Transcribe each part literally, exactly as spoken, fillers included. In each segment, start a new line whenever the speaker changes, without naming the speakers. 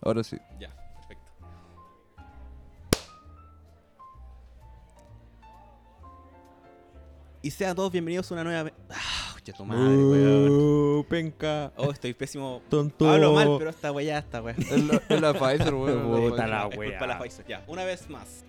Ahora sí.
Ya, perfecto. Y sean todos bienvenidos a una nueva... ¡Ah! ¡Ya tu madre, weón!
Uh, penca.
Oh, estoy pésimo.
Tonto.
Hablo mal, pero esta weá, esta weá.
Es la, es la Pfizer, weón.
Puta la
Es
weá.
culpa de la Pfizer. Ya, una vez más.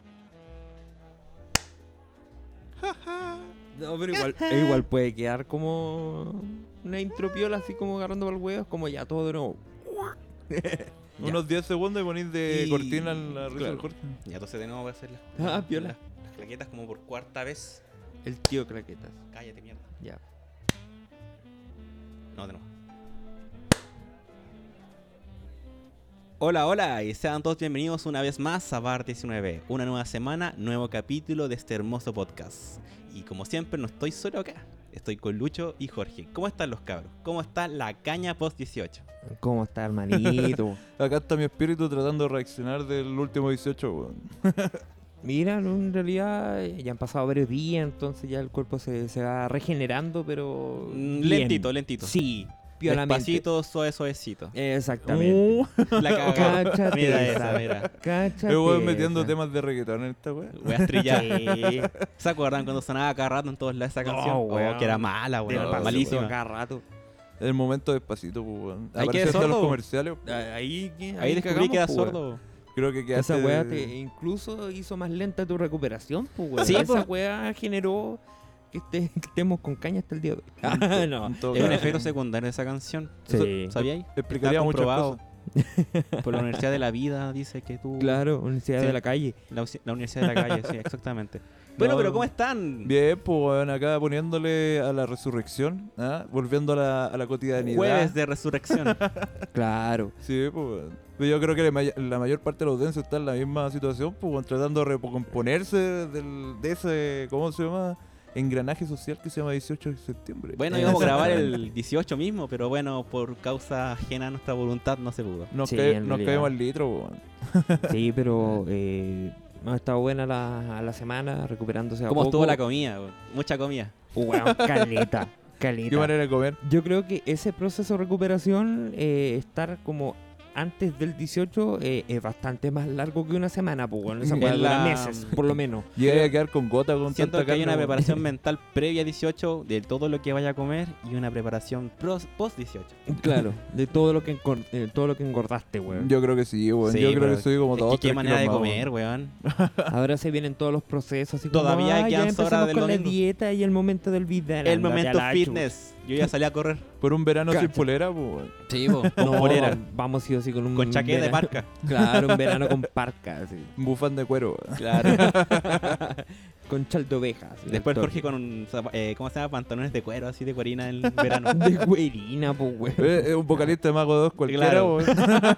No, pero igual, eh, igual puede quedar como una intro piola, así como agarrando para el huevo, como ya todo de nuevo.
Ya.
Unos diez segundos y ponís de
Y-
cortina la risa
claro.
del corte.
Ya, entonces de nuevo voy a hacer las,
Ah, piola.
las, las claquetas como por cuarta vez.
El tío Claquetas.
Cállate, mierda.
Ya.
No, de nuevo. Hola, hola, y sean todos bienvenidos una vez más a Bar diecinueve. Una nueva semana, nuevo capítulo de este hermoso podcast. Y como siempre, no estoy solo acá. Estoy con Lucho y Jorge. ¿Cómo están los cabros? ¿Cómo está la caña post dieciocho?
¿Cómo está, hermanito?
Acá está mi espíritu tratando de reaccionar del último dieciocho, weón.
Mira, no, en realidad eh, ya han pasado varios días, entonces ya el cuerpo se, se va regenerando, pero...
Mm,
bien.
lentito, lentito.
Sí, piolamente.
Despacito, suave, suavecito.
Exactamente.
Uh,
La cagada.
Cáchate
Mira
esa.
esa, mira.
Cáchate
el weón metiendo
esa.
temas de reggaetón en esta weón.
Voy a estrellar.
Sí.
¿Se acuerdan cuando sonaba cada rato en todos lados esa
No,
canción? Oh,
weón.
que era mala,
Del
weón.
paso,
Malísima.
cada rato.
El momento despacito, pues, weón.
Hay que
Apareció hasta
sordo.
los comerciales.
Ahí,
Ahí descubrí que era sordo.
Creo que quedaste...
Esa weá te incluso hizo más lenta tu recuperación, pues, weón.
Sí,
Esa
pues.
weá generó que, esté- que estemos con caña hasta el día de hoy. Ah, no.
En todo
Es un
caso.
efecto secundario de esa canción.
Sí.
¿Sabíais?
Explicaría
Está
muchas
comprobado.
cosas.
Por la Universidad de la Vida dice que tú...
Claro, Universidad
Sí.
de la Calle.
La, usi- la Universidad de la Calle, sí, exactamente. Bueno,
No,
pero ¿cómo están?
Bien, pues, weón, acá poniéndole a la resurrección, ¿ah? Volviendo a la, a la cotidianidad.
Jueves de resurrección.
Claro.
Sí, pues, weón. Pero yo creo que la, may- la mayor parte de la audiencia está en la misma situación, pues, weón, tratando de recomponerse del, de ese, ¿cómo se llama? Engranaje social que se llama dieciocho de septiembre.
Bueno, íbamos a grabar el dieciocho mismo, pero bueno, por causa ajena a nuestra voluntad no se pudo.
Nos,
Sí,
cae-
en
nos
realidad.
caemos al litro, weón.
Sí, pero eh, ha estado buena la, la semana, recuperándose a
¿Cómo
poco.
estuvo la comida? Weón? Mucha comida.
Weón, caleta,
¿Qué
caleta.
manera de comer?
Yo creo que ese proceso de recuperación, eh, estar como antes del dieciocho, eh, es bastante más largo que una semana, pues, bueno, esa
Es
puede durar
la-
meses, por lo menos.
Llegué a quedar con gota con
Siento
tanta
que hay
carne,
una
weón.
preparación mental previa a dieciocho de todo lo que vaya a comer y una preparación pros- post dieciocho.
Claro, de todo lo que encor- eh, todo lo que engordaste, weón.
Yo creo que sí, weón.
Sí,
yo creo
pero
que soy como
Es
dos
que
tres
qué manera de
kilos más,
comer, weón.
Ahora se vienen todos los procesos, así como,
Todavía
"Ah,
quedan
ya
horas
empezamos
del
con la
domingo".
dieta y el momento del video.
El momento fitness. Yo ya salí a correr.
weón. Por un verano sin
Cacha.
polera, pues, weón.
Sí, po, con
No,
polera,
vamos sí o sí con un
con chaqueta de
verano-
parca.
Claro, un verano con parca, así.
Un bufán de cuero, weón.
Claro.
Con chal de oveja. así,
Después
al
Jorge
toque.
con un, zapa- eh, ¿cómo se llama? Pantalones de cuero, así de cuerina en verano.
De güerina, pues, weón.
Eh, Es un vocalista de Mago dos cualquiera,
Claro.
weón.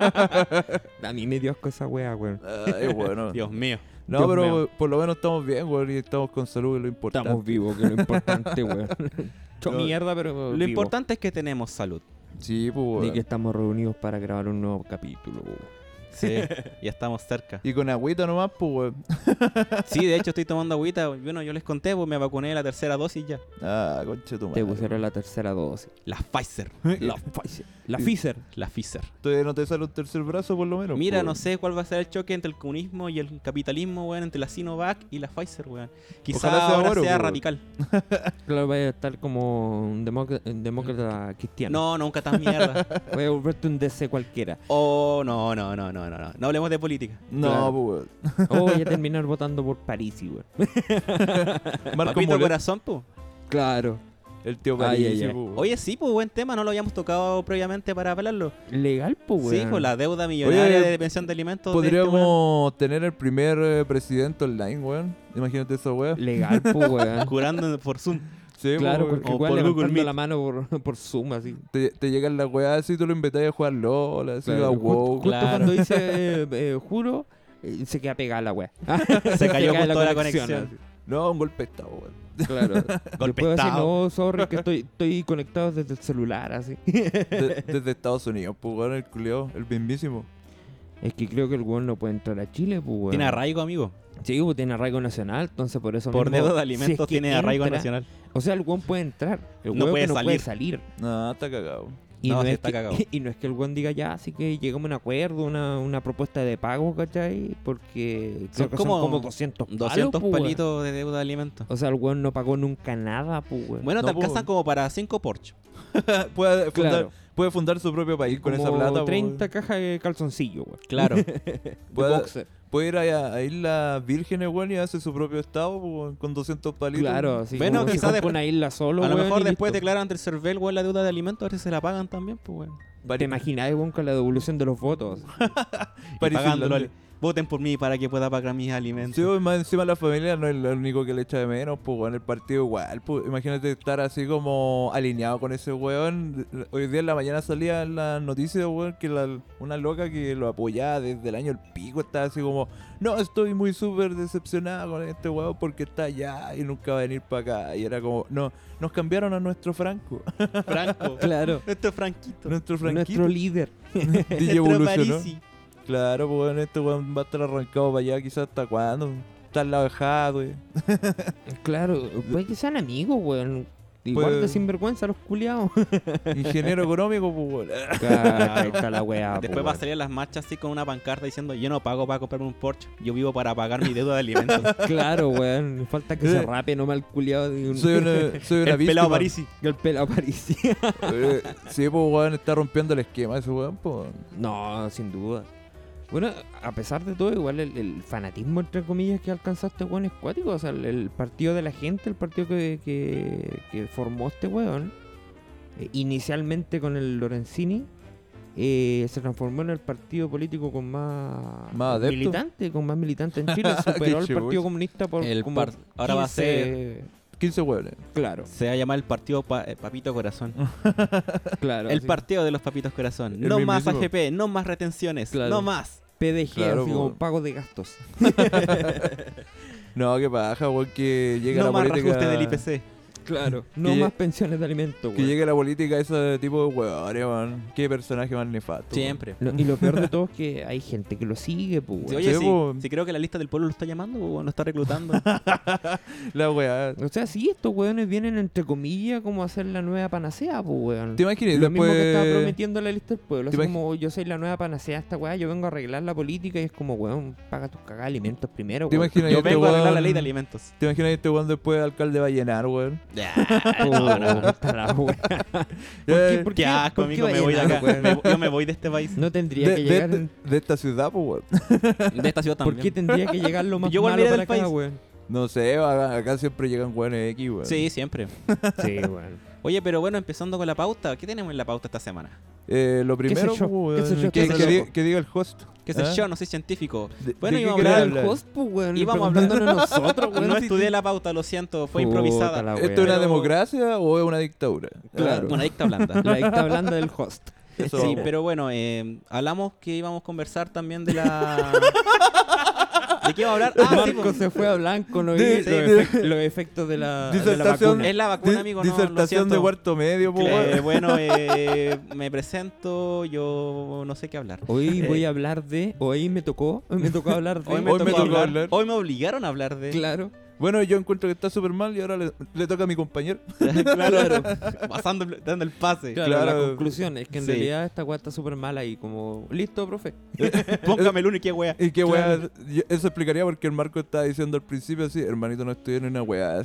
A mí me dio asco esa wea, weón.
Ay, bueno.
Dios mío.
No,
Dios
pero
mío.
por lo menos estamos bien, weón, y estamos con salud, que es lo importante.
Estamos vivos, que es lo importante, weón. Cho
No,
mierda, pero
Lo
vivo.
importante es que tenemos salud.
Sí, pues,
Y
weón.
que estamos reunidos para grabar un nuevo capítulo, weón.
Sí, ya estamos cerca.
Y con agüita nomás, pues, weón.
Sí, de hecho estoy tomando agüita. Bueno, yo les conté, pues me vacuné la tercera dosis ya.
Ah, concha tu
Te
madre.
pusieron la tercera dosis.
La Pfizer.
La Pfizer. La Pfizer.
La Pfizer.
Todavía no te sale un tercer brazo, por lo menos.
Mira,
pues,
no
weón.
sé cuál va a ser el choque entre el comunismo y el capitalismo, weón, entre la Sinovac y la Pfizer, weón. Quizá
Ojalá sea
ahora
oro,
sea
weón.
radical.
Claro, vaya a estar como un demócrata, un demócrata cristiano.
No, nunca tan mierda.
Voy a volverte un D C cualquiera.
Oh, no, no, no, no, no, no. No hablemos de política.
No,
Claro.
pues,
O voy a terminar votando por París, weón.
weón. Marco
Papito
Molet,
corazón, pues.
Claro.
el tío
Ay,
París,
ay,
sí,
ay.
pues, weón.
Oye, sí, pues buen tema. No lo habíamos tocado previamente para hablarlo.
Legal, pues, weón.
Sí, pues la deuda millonaria
Oye,
de pensión de alimentos. de este weón.
Podríamos tener el primer eh, presidente online, weón. Imagínate esa weá.
Legal, pues, weón.
Curando por Zoom.
Sí,
Claro,
pues,
porque
o
igual
por Google
levantando
Meet.
la mano por, por Zoom, así.
te, te llegan las weas así, tú lo invitas a jugar LOL, así,
Claro,
a
ju-
WoW.
Justo
Claro.
cuando dice eh, eh, juro, eh, se queda pegada la weá.
Se cayó
cae
justo la conexión.
No, un golpe de estado, weón.
Claro.
Golpe
Después así,
estado.
no, sorry, que estoy, estoy conectado desde el celular, así.
De- desde Estados Unidos, pues, weón, el culiao, el mismísimo.
Es que creo que el weón no puede entrar a Chile, pues, weón.
Tiene arraigo, amigo.
Sí, pues tiene arraigo nacional, entonces por eso
Por
mismo,
dedo de
si
alimentos
es que
tiene arraigo
entra-
nacional.
O sea, el weón puede entrar, el
No
weón
puede
que no puede
salir.
salir.
No, está cagado.
Y
No,
no,
sí
es
está
que,
cagado.
y no es que el weón diga ya, así que llegamos a un acuerdo, una, una propuesta de pago, ¿cachai? Porque creo
Son
que
como
son como doscientos palos,
doscientos
po, weón.
palitos de deuda de alimentos.
O sea, el weón no pagó nunca nada, pues, weón.
Bueno,
No,
te
pues.
alcanzan como para cinco Porsche.
puede, fundar,
Claro.
puede fundar su propio país con esa
Como
plata. po,
treinta cajas de calzoncillo, weón.
Claro.
De
Puede-
boxer.
Puede ir a, a Islas Vírgenes, weón, y hace su propio estado po, con doscientos palitos.
Claro, así
Bueno,
como se
quizá
compra
después-
una isla solo,
a lo
weón,
mejor
y
después
listo.
declaran ante el CERVEL, weón, la deuda de alimentos, a ver si se la pagan también, pues, weón.
¿Te imaginas, weón, con la devolución de los votos?
Y
París,
pagándolo.
Finlandia.
Voten por mí para que pueda pagar mis alimentos.
Sí, pues, más encima la familia no es lo único que le echa de menos, pues, weón, el partido igual, pues, imagínate estar así como alineado con ese weón. Hoy día en la mañana salía en las noticias, weón, que la- una loca que lo apoyaba desde el año el pico estaba así como, no, estoy muy súper decepcionada con este weón porque está allá y nunca va a venir para acá. Y era como, no, nos cambiaron a nuestro Franco,
Franco.
Claro.
Esto es Franquito.
nuestro Franquito.
Nuestro líder.
Y
Nuestro
evolucionó.
Parisi.
Claro, pues, weón, este weón va a estar arrancado para allá quizás hasta cuándo. Está al lado de Jadwe.
Claro, puede que sean amigos, weón. Igual
Pues-
de sinvergüenza los culiados.
Ingeniero económico, pues, weón.
Ahí está la weá.
Después
po,
va a
weón.
salir a las marchas así con una pancarta diciendo yo no pago para comprarme un Porsche, yo vivo para pagar mi deuda de alimentos.
Claro, weón. Falta que se rape nomás el culiado de un...
Soy una, soy una
El
víctima.
pelado Parisi.
el pelado París.
Eh, sí, pues, weón, está rompiendo el esquema ese weón, pues.
No, sin duda. Bueno, a pesar de todo, igual el, el fanatismo, entre comillas, que alcanzaste, weón, es cuático. O sea, el, el partido de la gente, el partido que, que, que formó este weón, eh, inicialmente con el Lorenzini, eh, se transformó en el partido político con más,
Más adeptos.
militante, con más militantes en Chile.
Qué
Superó al
chucha.
Partido Comunista por
El
como
par- ahora va a
quince
quince weones.
Claro,
Se va a llamar el partido Pa- eh, Papito Corazón.
claro.
El
así.
partido de los Papitos Corazón.
El
No más
mismísimo.
A F P, no más retenciones,
Claro.
no más.
P D G,
Claro,
así
po.
como pago de gastos.
No, qué paja, weón, que llegue
No
la
más
política.
reajuste del I P C.
Claro. No
Que
más
lle-
pensiones de alimentos,
Que
weón.
llegue la política ese tipo de weones, weón. Qué personaje más nefasto. weón.
Siempre.
Lo- y lo peor de todo es que hay gente que lo sigue, pues,
Sí,
weón.
oye,
Sí,
sí,
po.
sí creo que la lista del pueblo lo está llamando o no está reclutando.
La weá.
O sea, sí, estos weones vienen, entre comillas, como a hacer la nueva panacea, pues, weón.
¿Te imaginas?
Lo mismo que estaba
Después.
prometiendo la lista del pueblo.
¿Te
Así
imagi-
como yo soy la nueva panacea de esta weá, yo vengo a arreglar la política y es como, weón, paga tus cagadas de alimentos primero,
¿Te
weón.
imaginas?
Yo
este
vengo a arreglar la
weón-
ley de alimentos.
¿Te imaginas este weón después alcalde va a llenar, weón?
Oh, puta la weá. ¿Por
Eh,
por
Qué asco,
por
amigo,
va
me voy de
llenar,
acá.
weón?
Me- yo me voy de este país.
No tendría
de,
que
de
llegar...
este- de esta ciudad, pues, weón.
De esta ciudad
¿Por
también.
qué tendría que llegar lo más
Yo
malo
volveré
para
del
acá,
país.
weón?
No sé, acá, acá siempre llegan weones X, weón.
Sí, siempre.
Sí, weón.
Oye, pero bueno, empezando con la pauta, ¿qué tenemos en la pauta esta semana?
Eh, lo primero,
sé yo?
pues,
¿Qué sé
weón,
yo?
que,
¿Qué sé
que
yo?
diga, que diga el host.
¿Qué sé
¿Ah?
yo? No soy científico.
De-
Bueno,
¿de
íbamos
qué
a
Era
quería
hablar-
el
hablar?
host, pues, weón.
Íbamos a
preguntándonos a nosotros, weón.
No
si-
estudié la pauta, lo siento, fue
Puta
improvisada.
la
¿Esto
wea.
es una
Pero-
democracia o es una dictadura?
Claro.
Una dicta blanda.
La dicta blanda del host.
Eso
Sí,
vamos.
pero bueno, eh, hablamos que íbamos a conversar también de la... ¿De qué íbamos a hablar? Ah, sí,
Marco
pues,
se fue a blanco, no
De-
vi los,
de-
efec- los efectos de la, de la
Disertación-
vacuna.
es la vacuna,
Di-
amigo. No, lo
disertación de
siento.
cuarto medio, pues,
Que,
weón.
bueno, eh, me presento, yo no sé qué hablar.
Hoy voy a hablar de... Hoy me tocó, hoy me tocó hablar de...
Hoy me,
Hoy me
tocó
tocó
hablar,
hablar.
Hoy me obligaron a hablar de...
Claro.
Bueno, yo encuentro que está súper mal y ahora le, le toca a mi compañero.
claro, pasando, dando el pase.
Claro,
Claro.
la conclusión es que en
Sí.
realidad esta weá está súper mala y como... Listo, profe.
Póngame el uno y qué wea.
Y qué
Claro.
weá, yo- eso explicaría porque el Marco estaba diciendo al principio así, hermanito, no estoy en una weá.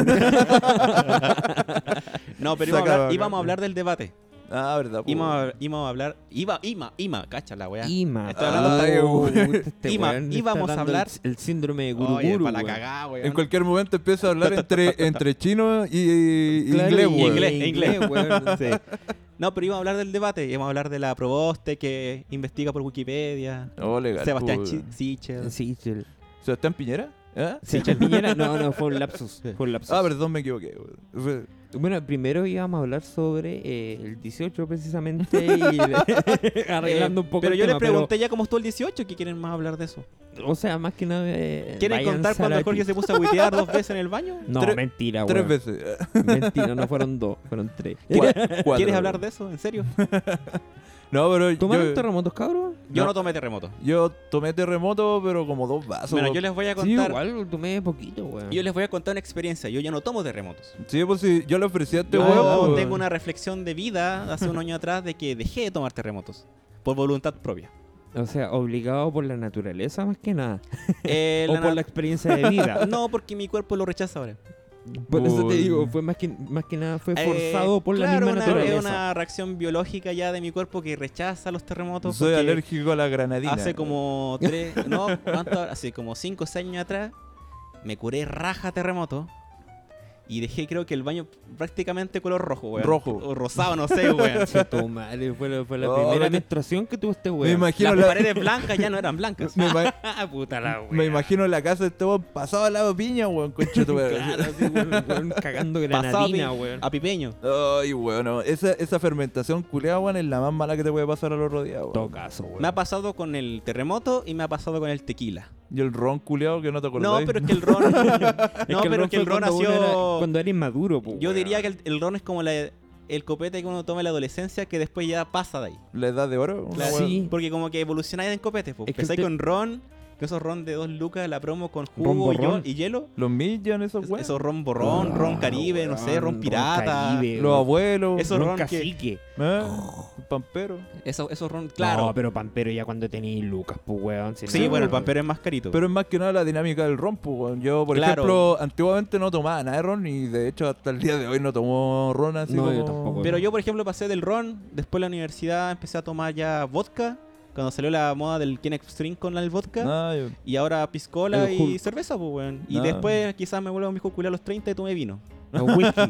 No, pero íbamos
Saca
a, hablar,
vaca.
íbamos a hablar del debate.
Ah, verdad, pues.
Íbamos a, íbamos a hablar... Iba, Ima, Ima, cacha la wea.
Ima.
Estoy hablando
Ay,
Oh,
weón.
este
Ima,
weón me
íbamos
está
a
dando
hablar-
El, el síndrome de
Oye,
Guruguru,
para la
weón.
cagada, weón.
En cualquier momento empieza a hablar entre, entre chino y, y
Claro,
inglés,
y
weón.
Inglés,
inglés,
inglés.
weón.
Sí. No, pero íbamos a hablar del debate. Íbamos a hablar de la Proboste que investiga por Wikipedia.
Oh, legal.
Sebastián
pues.
Chi- Sichel.
Sí, sí.
¿Sebastián Piñera? ¿Ah?
Sichel Piñera, no, no, fue un lapsus. Fue un lapsus.
Ah, perdón, me equivoqué, weón. Fue-
Bueno, primero íbamos a hablar sobre eh, el dieciocho precisamente y de- arreglando un poco
Pero
el
yo
tema,
les pregunté ya cómo estuvo el dieciocho, que quieren más hablar de eso.
pero, o sea, más que nada eh,
¿Quieren
vayan
contar cuando
Zárate.
Jorge se puso a huitear dos veces en el baño?
No,
Tres-
mentira,
Tres
weón.
veces.
Mentira, no fueron dos, fueron tres.
Cua- cuatro,
¿Quieres hablar
weón.
de eso? ¿En serio?
No, pero
¿Tomaron
yo,
terremotos, cabrón?
Yo no,
No.
tomé terremoto.
yo tomé terremoto, pero como dos vasos.
Bueno,
weón.
yo les voy a
Sí,
contar.
igual tomé poquito, weón.
Yo les voy a contar una experiencia. Yo ya no tomo terremotos.
Sí, pues sí, yo le ofreció a este
Yo
huevo.
tengo una reflexión de vida hace un año atrás de que dejé de tomar terremotos por voluntad propia.
O sea, obligado por la naturaleza más que nada.
Eh,
O
la
por
na-
la experiencia de vida.
No, porque mi cuerpo lo rechaza ahora.
Por eso te
Uy.
digo, fue más que, más que nada fue
Eh,
forzado por la
claro,
misma
una,
naturaleza.
es una reacción biológica ya de mi cuerpo que rechaza los terremotos.
Soy
porque
alérgico a la granadina.
Hace como tres, no, ¿cuánto? Hace como cinco o seis años atrás me curé raja terremoto y dejé creo que el baño prácticamente color rojo, weón.
Rojo.
O rosado, no sé, weón.
Che, tu madre, fue la, fue la
Oh,
primera
me-
menstruación que tuvo este
Me
weón.
imagino
Las
la,
paredes blancas ya no eran blancas.
me, ima-
Ah, puta la weón.
me imagino la casa de este weón pasado al lado de piña, weón, concha tu madre.
Claro, así, weón, weón, cagando
Pasado a,
granadina,
pi-
weón.
a pipeño.
Ay, weón, no. esa, esa fermentación culeada, weón, es la más mala que te puede pasar a los otro día, weón.
Todo caso, weón.
Me ha pasado con el terremoto y me ha pasado con el tequila.
Y el ron culeado que no te acordás.
No, pero es que el ron. no, pero es que el
fue
ron ha
cuando uno
sido.
era- Cuando eres maduro, po,
Yo
weón.
diría que el, el ron es como la, el copete que uno toma en la adolescencia que después ya pasa de ahí.
La edad de oro. una
Claro,
weá.
Sí.
Porque como que evolucionáis en copetes. Pues.
Es que
Empezáis
te-
con ron, que esos ron de dos lucas, la promo con
Ron
jugo y,
borrón.
yo- y hielo.
Los millan, esos weón.
Esos ron borrón,
Ah,
ron caribe, no sé, ron
weón,
pirata.
Caribe,
Los
weón.
abuelos.
Eso-
Ron
ron que-
cacique.
¿eh? Pampero.
Esos, esos ron, claro.
No, pero Pampero ya cuando tenéis lucas, pues, weón. si
sí,
no,
bueno, el
weón.
pampero es más carito.
Pero es más que nada la dinámica del ron, pues, weón. Yo, por
Claro.
ejemplo, antiguamente no tomaba nada de ron y de hecho hasta el día de hoy no tomo ron así
No,
como...
yo tampoco.
Pero yo, por ejemplo, pasé del ron, después en la universidad empecé a tomar ya vodka, cuando salió la moda del Ken Extreme con el vodka,
Ah, yo-
y ahora piscola
El
y
Hulk.
cerveza, pues, weón. Y
Ah.
después quizás me vuelva a mi culiar a los treinta y tomé vino.
O whisky.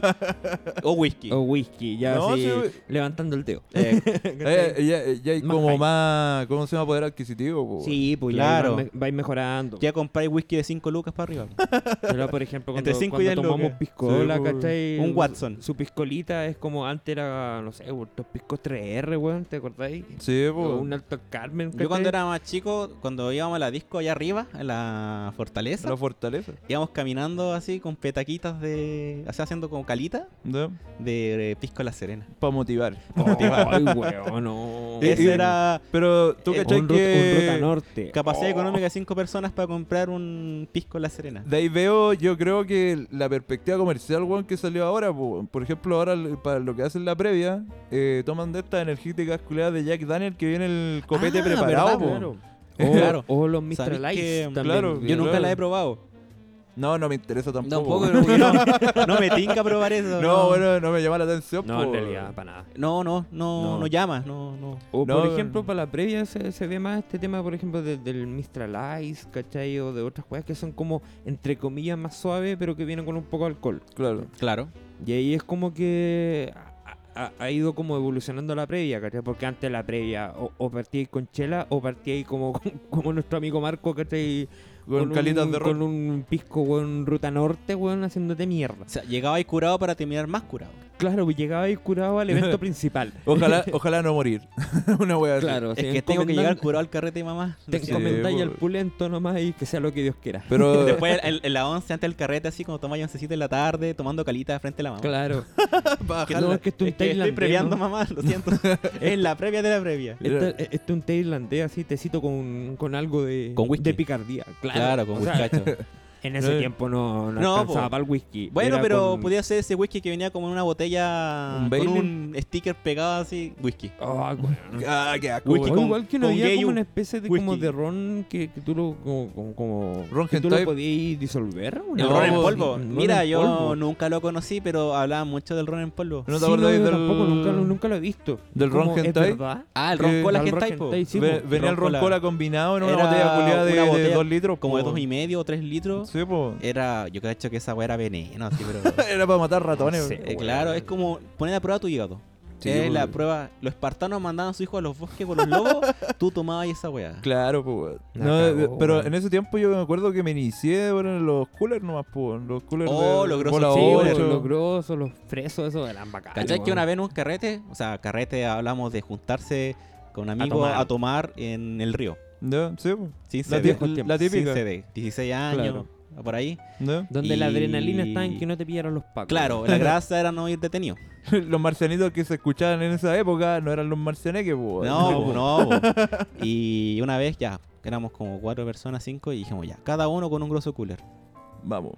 O whisky.
o whisky, ya
No,
así,
sí, we-
levantando el dedo.
Eh,
Eh, ya, ya hay
Más
como
hype.
más, ¿cómo se llama? Poder adquisitivo, po, weón.
Sí, pues
Claro.
ya vais, me- vais mejorando.
ya compráis whisky de cinco lucas para arriba.
Pero, por ejemplo, cuando,
Entre cinco y
cuando
diez
tomamos
lucas.
piscola,
Sí, pues,
¿cachai?
un
Su-
Watson.
Su, piscolita es como antes era, no sé, estos piscos tres R, weón, ¿te acordáis?
Sí,
O
po.
un Alto Carmen,
Yo cuando
¿cachai?
era más chico, cuando íbamos a la disco allá arriba, en la fortaleza,
La fortaleza.
íbamos caminando así con petaquitas de... Así haciendo como calita
¿no?
de eh, pisco La Serena.
Para motivar.
Ay, weón, no.
Eh,
Ese
eh,
era
Pero tú
Eh,
cachai
un, ruta, un ruta
que...
norte.
capacidad
Oh.
económica de cinco personas para comprar un pisco La Serena.
De ahí veo, yo creo que la perspectiva comercial, weón, que salió ahora, po, por ejemplo, ahora l- para lo que hacen la previa, eh, toman de estas energéticas culeadas de Jack Daniel que viene el copete
Ah,
preparado,
¿verdad,
po.
Claro. O,
Claro.
o los mister
¿Sabéis
Lights
que-
también.
claro,
Yo nunca
claro.
la he probado.
No, no me interesa tampoco.
Tampoco, no, no, no me tinca probar eso.
No, bueno, no me llama la atención,
No, en
po.
realidad, para nada.
No, no, no,
No.
no llama, no, no.
O
No,
por ejemplo, para la previa se, se ve más este tema, por ejemplo, de- del Mistral Ice, ¿cachai? O de otras cosas que son como, entre comillas, más suaves, pero que vienen con un poco de alcohol.
Claro.
Claro.
Y ahí es como que ha, ha- ha ido como evolucionando la previa, ¿cachai? Porque antes la previa o, o partíais con chela o partíais como, como nuestro amigo Marco, ¿cachai?
Con, calitas
un,
de
Con
ron.
un pisco, weón, ruta norte, weón, haciéndote mierda.
O sea, llegaba ahí curado para terminar más curado.
Claro, pues llegaba ahí curado al evento principal.
Ojalá, ojalá no morir. Una wea así.
Claro,
Es
si
que tengo que llegar
encomendan-
curado al carrete, mamá. Lo
Te
siento.
encomendáis
Sí,
al
pues.
pulento nomás y que sea lo que Dios quiera.
Pero
Después en, en la once, antes del carrete, así como tomáis oncecita en la tarde, tomando calita frente a la mamá.
Claro.
para
Que
bajarla.
no, es que esto es
Es
un
que estoy
tailandés,
previando,
¿no?
mamá, lo siento. Es la previa de la previa.
Esto, esto es un tailandés así, tecito con, con algo de,
Con whisky.
de picardía. Claro,
Claro, con
o sea,
whiskacho.
En ese
Eh.
tiempo no, no,
No,
alcanzaba
po.
para el whisky.
Bueno,
Era
pero
con-
podía ser ese whisky que venía como en una botella
¿Un
con
Baileys?
un sticker pegado así, whisky.
Ah, weón.
Ah, qué asco,
Whisky
O
weón.
con-
igual que no
con
había
Geyu.
como una especie de como
Whisky.
de ron que, que tú lo como, como, como-
Ron
que tú lo
hentai.
podías disolver.
El
No,
ron en
sí,
polvo.
un ron
Mira,
en
yo
polvo.
nunca lo conocí, pero hablaban mucho del ron en polvo.
¿No te
Sí,
acuerdas
yo
del-
tampoco, nunca, lo- nunca lo he visto.
del ron
Como, ¿es
hentai?
verdad?
Ah, el
Que-
ron cola
al ron
hentai, po.
hentai, sí,
Ve-
po.
venía el
ron
ron
cola.
cola combinado en una
Era
botella culiada de,
una
de
botella
dos litros.
Como de
po.
dos y medio o tres litros.
Sí, po.
Era, yo cacho que esa weá era veneno, así, pero...
Era para matar ratones.
No sé.
weón.
Eh, claro, es como poner a prueba tu hígado.
Sí,
es
po.
la prueba. Los espartanos mandaban a sus hijos a los bosques con los lobos, tú tomabas esa weá.
Claro, pues, weón.
La
No,
cagó,
eh, pero
weón.
en ese tiempo yo me acuerdo que me inicié bueno, en los coolers nomás, pues. Los coolers
Oh,
de
los grosos
bola
Sí,
coolers.
ocho.
los, los grosos, los fresos, eso eran bacanes.
¿Cachai que
weón.
una vez en un carrete, o sea, carrete hablamos de juntarse con amigos
tomar.
a tomar en el río?
¿No? Sí, pues.
Sin
La,
C D.
ti-
viejos tiempos.
la típica.
Sin C D. dieciséis años,
Claro.
por ahí.
¿No?
Donde la
Y-
adrenalina está en que no te pillaron los pacos.
Claro, la grasa era no ir detenido.
Los marcianitos que se escuchaban en esa época no eran los marcianeques, pues.
No,
No,
po, no. po. Y una vez ya, éramos como cuatro personas, cinco, y dijimos ya, cada uno con un grosso cooler.
Vamos.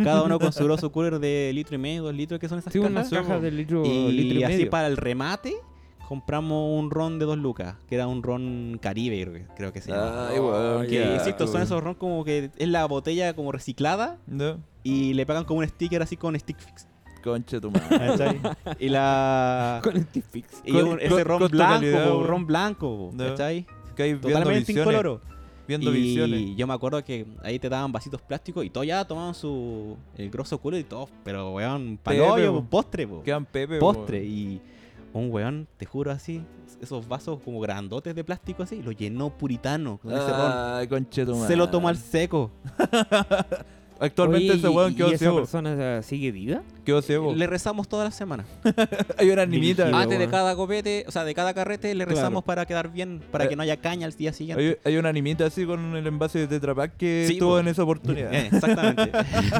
cada uno con su grosso cooler de litro y medio, dos litros, que son esas
Sí,
cajas.
unas cajas de litro,
y
litro y
así
medio.
para el remate compramos un ron de dos lucas, que era un ron Caribe, creo que, creo que se llama.
Ay, weón.
que
ya,
insisto, son
weón.
esos ron como que es la botella como reciclada
No,
y le pegan como un sticker así con stick fix.
concha tu madre.
¿Cachai? y la
Con el T-Fix.
y
Con-
un- ese
con-
ron
costo
blanco,
calidad,
po,
weón.
ron blanco, po,
No.
¿cachai?
Que hay viendo
Totalmente
visiones.
incoloro.
Viendo
y
visiones.
yo me acuerdo que ahí te daban vasitos plásticos y todos ya tomaban su el grosso culo y todo, pero weón,
Pepe,
palollo,
po.
postre, po.
Quedan Pepe,
postre
weón.
y un weón, te juro así, esos vasos como grandotes de plástico así, lo llenó puritano con ese ron.
Ay, concha tu madre.
Se lo tomó al seco.
Actualmente
Oye,
ese
¿y-
weón
y
quedó
esa
ciego.
persona eh, sigue viva?
Quedó ciego.
Le rezamos toda la semana.
Hay una nimita.
Dirigido.
Antes de
weón.
cada copete, o sea, de cada carrete le
Claro.
rezamos para quedar bien, para
Eh,
que no haya caña al día siguiente.
Hay, hay una nimita así con el envase de Tetra Pak que
Sí,
estuvo
po.
en esa oportunidad.
Eh, exactamente.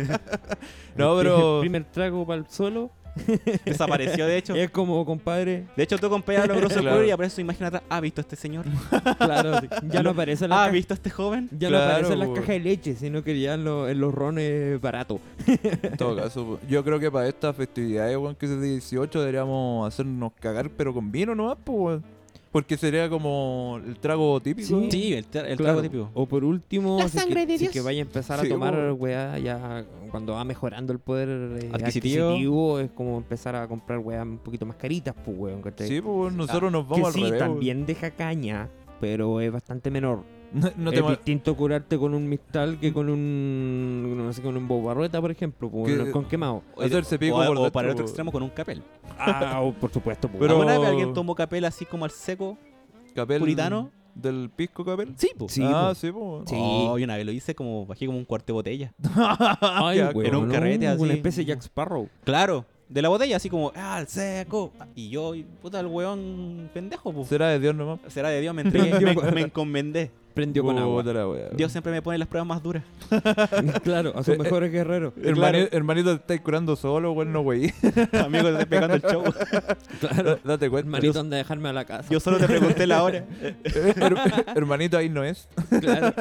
No,
El
pero.
primer trago para el suelo
Desapareció, de hecho.
es como, compadre,
De hecho, tú acompañas los grosos
Claro.
culos y aparece su imagen atrás. ¿Ha visto a este señor?
claro, ya no aparece en la
¿Ha
caja-
visto a este joven?
ya no
Claro,
aparece en las
po.
cajas de leche, sino que ya en, lo- en los rones baratos.
En todo caso, po, yo creo que para estas festividades, weón, que es de dieciocho, deberíamos hacernos cagar, pero con vino nomás, pues, weón. Porque sería como el trago típico.
Sí.
Sí, el, tra- el
Claro.
trago típico.
O por último,
La
si es
sangre
que,
de
si es
Dios.
que vaya a empezar
Sí,
a tomar,
po.
weá, ya cuando va mejorando el poder eh,
Adquisitivo.
adquisitivo. Es como empezar a comprar weá un poquito más caritas, pues, weón, ¿cachai?
Sí, pues weón, nosotros nos
que
vamos al
sí,
revés. weón.
también deja caña, pero es bastante menor.
No, no te
es
mal-
distinto curarte con un Mistral que con un, no sé, con un Bobarrueta, por ejemplo, po,
Que-
con quemado.
O,
hacerse pico
o-
por
o
dentro,
para el otro
po.
extremo con un capel.
Ah, oh, por supuesto. po.
Pero-
¿Alguna vez alguien tomó capel así como al seco?
Capel
puritano.
¿Del pisco capel?
Sí, pues.
Sí,
ah,
po.
sí, pues.
Sí.
Oh, y una vez lo hice como, bajé como un cuarto de botella.
Ay,
Qué asco.
weón,
Era un
no,
carrete así.
una especie de Jack Sparrow.
Claro, de la botella, así como, ah, al seco. Y yo, y puta, el weón pendejo, pues.
Será de Dios nomás.
Será de Dios, me entregué, me, me encomendé.
Prendió con agua.
Puta la wea.
Dios siempre me pone las pruebas más duras.
Claro, a sus
Eh,
mejores guerreros.
Hermani- Hermanito, te estáis curando solo, weón, no wey.
Amigo, te estoy pegando el show.
Claro.
Date cuenta.
Hermanito, anda a dejarme a la casa.
Yo solo te pregunté la hora.
Her- hermanito, ahí no es.
Claro.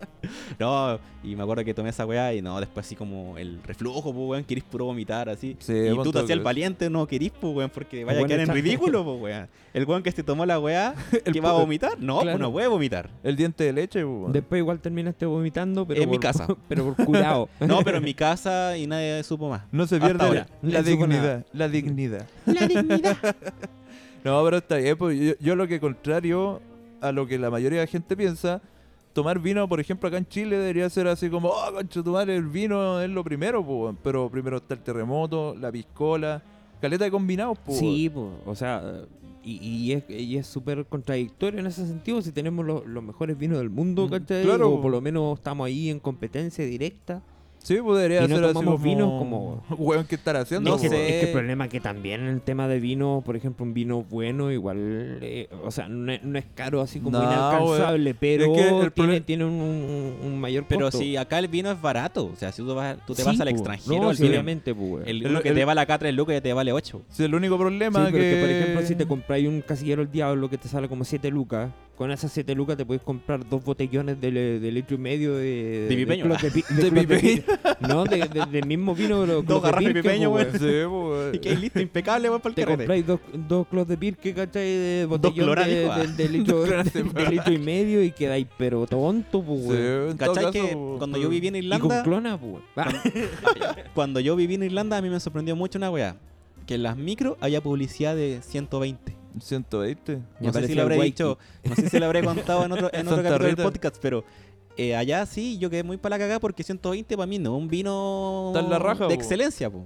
No, y me acuerdo que tomé esa weá y no, después así como el reflujo, pues weón, querís puro vomitar así.
Sí,
y
con
tú te
todo
hacías el
eso.
valiente, no querís, pues weón, porque vaya a
Bueno,
quedar en
está-
ridículo, pues weón. El weón que se tomó la weá,
El
que va a
pu-
vomitar, no,
Claro.
pues no puede vomitar.
El diente de leche, pues, weón.
Después igual terminaste vomitando, pero
En mi
por-
casa.
Pero por curado.
No, pero en mi casa y nadie supo más.
No se
Hasta
pierde
ahora.
la
No supo
dignidad. La dignidad.
La dignidad.
No, pero está bien. Pues yo, yo lo que contrario a lo que la mayoría de la gente piensa, tomar vino, por ejemplo, acá en Chile debería ser así como, oh, concha tu madre, el vino es lo primero, pues, weón. Pero primero está el terremoto, la piscola, caleta de combinados, pues.
Sí, pues, o sea, y, y es y es súper contradictorio en ese sentido si tenemos los, los mejores vinos del mundo,
Mm,
¿cachai?
claro.
O por lo menos estamos ahí en competencia directa.
Sí, pues debería
Y no
ser así
tomamos
como...
vinos como-
Weón, ¿qué estar haciendo?
No
es, que,
weón?
sé.
es que el problema es que también en el tema de vino, por ejemplo, un vino bueno igual, eh, o sea, no es, no es caro así como
No,
inalcanzable, pero
Es que el
tiene,
proble-
tiene un, un- un mayor
Pero
costo.
si acá el vino es barato, o sea, si tú, vas, tú te
Sí,
vas al
po.
extranjero,
No,
el,
sí,
vino-
obviamente, pues, weón.
el
El-
uno que
el-
te vale acá tres lucas ya te vale ocho.
Sí, el único
Sí,
problema
pero
que...
que, por ejemplo, si te compráis un casillero el diablo que te sale como siete lucas, con esas siete lucas te puedes comprar dos botellones de, le- de litro y medio de...
De pipeño.
Clos de, pi-
De
Clos
pipeño.
Pi- No, de, de- del mismo vino, pero Clos de
garrafas de
Pirque,
pipeño,
po,
weón.
weón.
Sí, pues, weón.
Y que listo, impecable, weón, para el
Te
carrete.
compráis dos, dos Clos de Pirque, ¿cachai? De botellón
cloras,
de,
dijo, ah.
de- de litro,
Dos cloras
de,
de-
litro y medio y quedáis pero tonto, pues,
Sí,
weón.
en todo
¿Cachai
caso,
que
pues,
cuando yo viví en
Y con
Irlanda,
clona, pues, weón. Ah,
cuando yo viví en Irlanda a mí me sorprendió mucho una weá, que en las micro había publicidad de ciento veinte.
ciento veinte.
Me
No sé si
parecía
lo habré
guay,
dicho, no sé si lo habré contado en otro, en otro
Santa
capítulo
Rita.
del podcast, pero eh, allá sí, yo quedé muy para la cagada porque ciento veinte para mí no es un vino
Está en la raja,
de
po.
excelencia, po.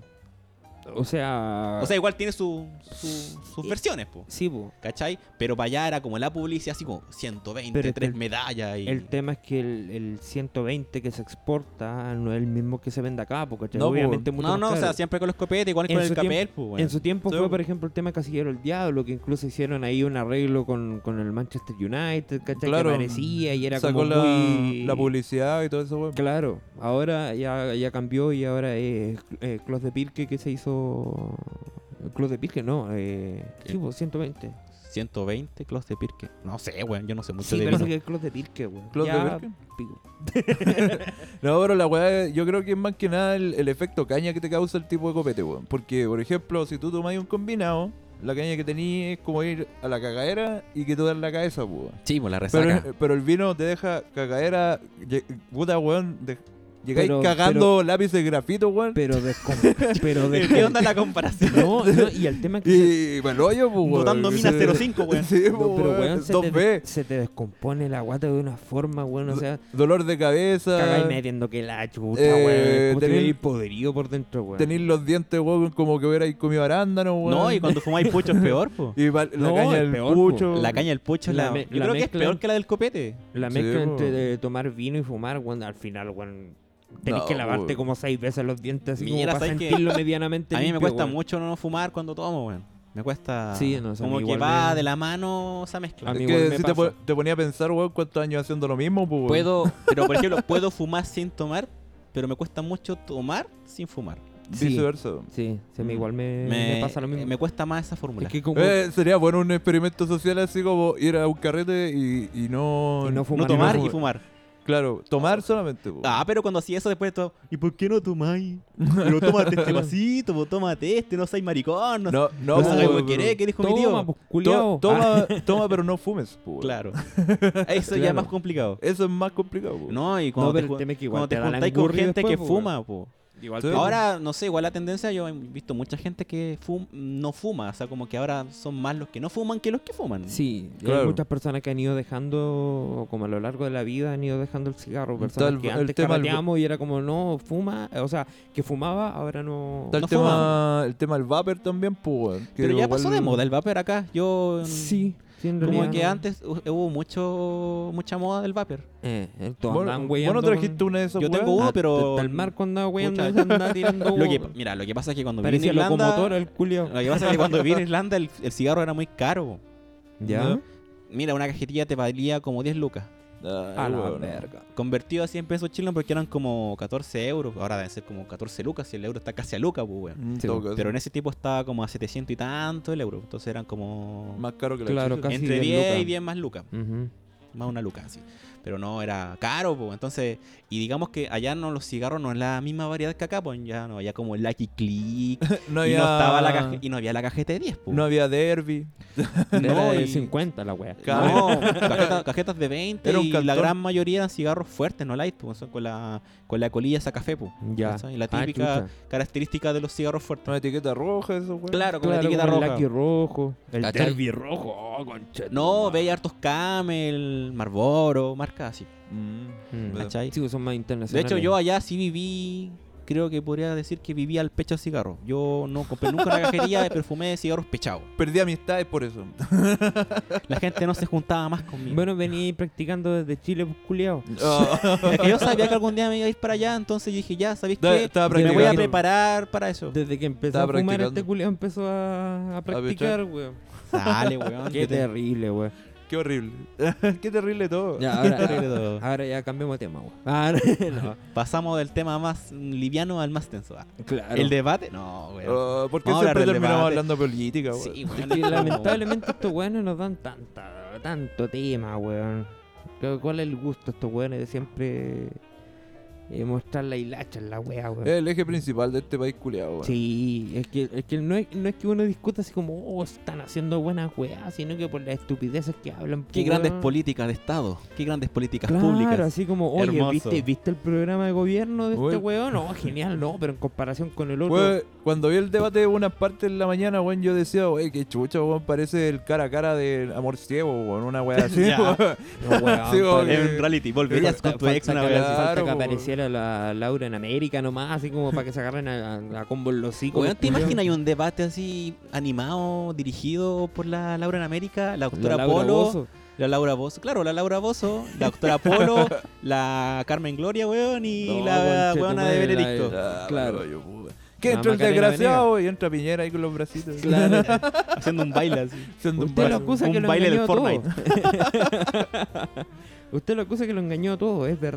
o sea...
O sea, igual tiene su, su- sus
y-
versiones, po.
sí, pues.
¿Cachai? Pero para allá era como la publicidad, así como ciento veinte,
Pero es que
tres
el-
medallas y...
El tema es que el, el ciento veinte que se exporta no es el mismo que se vende acá, porque
No,
obviamente es mucho
No,
más
no, o
caro.
sea, siempre con los copetes, igual
En
con el
su tiempo-
capel, pues, weón.
En su tiempo
Sí,
fue,
po.
por ejemplo, el tema Casillero el Diablo, que incluso hicieron ahí un arreglo con, con el Manchester United, ¿cachai?
Claro.
Que aparecía y era
Sacó
como
la,
muy...
la publicidad y todo eso, weón.
Claro, ahora ya, ya cambió y ahora es eh, Clos de Pirque que se hizo... Clos de Pirque, no, eh, sí, pues, ciento veinte.
ciento veinte Clos de Pirque. No sé, weón, yo no sé mucho
Sí,
de
parece
vino.
que es Clos de Pirque, weón.
Clos de
Ya,
Pirque.
pico.
No, pero la weá, yo creo que es más que nada el, el efecto caña que te causa el tipo de copete, weón. Porque, por ejemplo, si tú tomas un combinado, la caña que tenías es como ir a la cagadera y que te dan la cabeza, weón.
Sí, pues la resaca.
Pero, pero el vino te deja cagadera, lle- puta, weón. De, llegáis
Pero-
cagando lápices de grafito, weón.
Pero descom- pero
¿Qué
descom-
onda la comparación?
No, no, y el tema es que se-
Y bueno, yo, pues, weón.
Botando minas
Sí.
cero cinco, weón.
Sí, pues,
no, pero
weón,
weón, se
dos
te,
B.
se te descompone la guata de una forma, weón, o sea,
Dolor de cabeza.
cagáis metiendo que la chuta,
Eh,
weón, como si
tenés-
hubierais podrido por dentro, weón.
Tenéis los dientes, weón, como que hubierais comido arándano, weón.
No, y cuando fumáis pucho es peor, po.
Y va- la
No,
caña
es
del
peor,
pucho.
La caña del pucho es
La
la...
me-
Yo
la
creo que es
mezcla-
peor que la del copete.
La
Sí,
mezcla
po.
entre de tomar vino y fumar, weón, al final, weón, tenés
No,
que lavarte
weón.
como seis veces los dientes así
Mira,
como para
¿sabes qué?
sentirlo medianamente
A mí me
limpio,
cuesta
weón.
mucho no fumar cuando tomo, weón. Me cuesta...
Sí, no, o sea, a
como
mí
que
igual
va
me-
de la mano esa mezcla.
A mí
Es
igual
que
me
si te,
pasa.
po- te ponía a pensar, weón, cuántos años haciendo lo mismo, pues, weón.
Puedo, pero por ejemplo, puedo fumar sin tomar, pero me cuesta mucho tomar sin fumar.
Sí.
Viceversa.
Sí, sí, a mí
Mm.
igual me, me pasa lo mismo.
Me cuesta más esa fórmula.
Es que como
Eh, sería bueno un experimento social así como ir a un carrete y, y no...
y no
no
fumar,
tomar
no
y fumar.
Claro, tomar solamente, po.
Ah, pero cuando hacía eso después de todo, ¿y por qué no tomáis? Pero tómate este vasito, po, tómate este, no seas maricón, no,
No, no,
no
po,
sabes
weón,
lo que
pero-
querés, que dijo mi
Toma,
tío.
pues,
To-
culiao.
toma, toma, pero no fumes, po, weón.
Claro. Eso ya es
Claro.
más complicado.
Eso es más complicado, po.
No, y
No,
cuando
pero
te,
el
ju-
tema es que igual
cuando
te
te
da la
juntáis con
angurria
gente
después,
que
po, weón.
fuma, po.
Igual
Sí.
te-
Ahora, no sé, igual la tendencia, yo he visto mucha gente que fum- no fuma, o sea, como que ahora son más los que no fuman que los que fuman.
Sí, y
Claro.
hay muchas personas que han ido dejando, como a lo largo de la vida, han ido dejando el cigarro. Personas
Está el-
que
el
antes
tema del-
carreteamos y era como, no, fuma, o sea, que fumaba, ahora no...
Está el,
no
tema, el tema del vapor también, pues, weón. que
Pero ya
igual-
pasó de moda el vapor acá. Yo.
Sí, sí, en
Como
realidad
que
no.
antes hu- hubo mucho mucha moda del vapor.
Eh, eh, todos
Bueno,
andaban
¿vos no
weyando
trajiste
con-
una de esas,
Yo tengo
weas?
uno,
Ah,
pero-
hasta el Marco andaba weyando,
Pucha.
andaba tirando...
Lo que, mira, lo que pasa es que cuando vine a
Parecía
Irlanda.
locomotora el culiao.
Lo que pasa es que cuando vine a Irlanda el, el cigarro era muy caro.
¿Ya?
¿No?
Mira, una cajetilla te valía como diez lucas.
Ay,
A la
weón.
verga.
Convertido a cien pesos chilenos porque eran como catorce euros. Ahora deben ser como catorce lucas. Si el euro está casi a lucas, pues, weón.
Mm,
Sí,
todo caso.
Pero en ese tipo estaba como a setecientos y tanto el euro. Entonces eran como.
Más caro que la
Claro,
chucha.
casi
entre
diez
diez y
lucas.
diez más lucas.
Ujú.
Más una luca, así. Pero no, era caro, pues. Entonces, y digamos que allá no los cigarros no es la misma variedad que acá, pues ya no había como el Lucky Click.
No
y,
había...
no estaba la caje- y no había la cajeta de diez, pues.
No había derby.
Era
No,
de
y-
cincuenta la wea.
No, cajetas, cajetas de veinte
Era un
y la
cantón.
gran mayoría eran cigarros fuertes, no light, pues, son con la, con la colilla esa café, pues.
Ya.
¿cachai? La
Ah,
típica
chucha.
característica de los cigarros fuertes.
Una etiqueta roja, eso, weón.
Claro, con la
Claro,
etiqueta
como
roja.
el Lucky rojo. El
¿Cachai?
Derby rojo. Oh, concha de
No,
tu
veía hartos Camel, Marlboro, marcas así.
Mm.
Mm.
¿Cachai?
Sí, son más
De
internacionales.
hecho, yo allá sí viví, creo que podría decir que vivía al pecho de cigarros. Yo no compré nunca una cajetería de perfume de cigarros pechados.
Perdí amistades por eso.
La gente no se juntaba más conmigo.
Bueno, vení practicando desde Chile, pues, culiao.
Ah.
Es que yo sabía que algún día me iba a ir para allá, entonces yo dije, ya, ¿sabéis
Da-
qué?
estaba
Me voy a
practicando.
preparar para eso.
Desde que empezó
Estaba
a fumar,
practicando.
este culiao empezó a, a practicar, weón.
Sale, weón.
Qué
Yo te-
terrible, weón.
Qué horrible. Qué terrible todo.
Ya,
Qué
ahora,
terrible todo.
ahora ya cambiamos de tema, weón. Ah, no.
Pasamos del tema más liviano al más tenso. Ah,
Claro.
¿el debate? No, weón.
Ah, ¿Por qué
Vamos a
siempre
hablar del
terminamos
debate.
hablando de política, weón?
Sí,
Es
weón.
que lamentablemente estos weones nos dan tanta, tanto tema, weón. Creo- ¿Cuál es el gusto de estos weones de siempre eh, mostrar la hilacha en la wea, weón?
Es el eje principal de este país culiado, weón.
Sí, es que, es que no, es, no es que uno discuta así como, oh, están haciendo buenas weas, sino que por las estupideces que hablan.
Qué
pues,
grandes
weón.
políticas de Estado. Qué grandes políticas
Claro,
públicas.
así como, oye,
Hermoso.
¿viste, ¿viste el programa de gobierno de este
Weón.
weón? No, genial, no, pero en comparación con el otro.
Weón, cuando vi el debate de unas partes en la mañana, weón, yo decía, wey, qué chucha, weón, parece el cara a cara de Amor Ciego, weón, una weá así,
Ya.
weón.
No, weón,
Sí, como
pues,
que-
Es un reality. Volverías
falta-
con tu ex
falta
una
que,
vez.
Claro,
falta que
po.
apareciera la Laura en América nomás, así como para que se agarren a, a, a combo en los hocicos.
Weón,
los
¿te
culiados.
imaginas hay un debate así animado, dirigido por la Laura en América? La
La
doctora
Laura
Polo.
Bozzo.
La Laura Bozo, claro, la Laura Bozo, la doctora Polo, la Carmen Gloria, weón, y
No,
la
conche tu
weona de
madre, la-
Benedicto.
Ah,
Claro.
weón, yo, puta. Que
La
entra el
Macarena
desgraciado y entra Piñera ahí con los bracitos.
Claro.
Haciendo un baile así.
Haciendo un
Usted lo
baile.
acusa
un
que lo
baile del
engañó a todo.
Fortnite.
Usted lo acusa que lo engañó a todo, es verdad.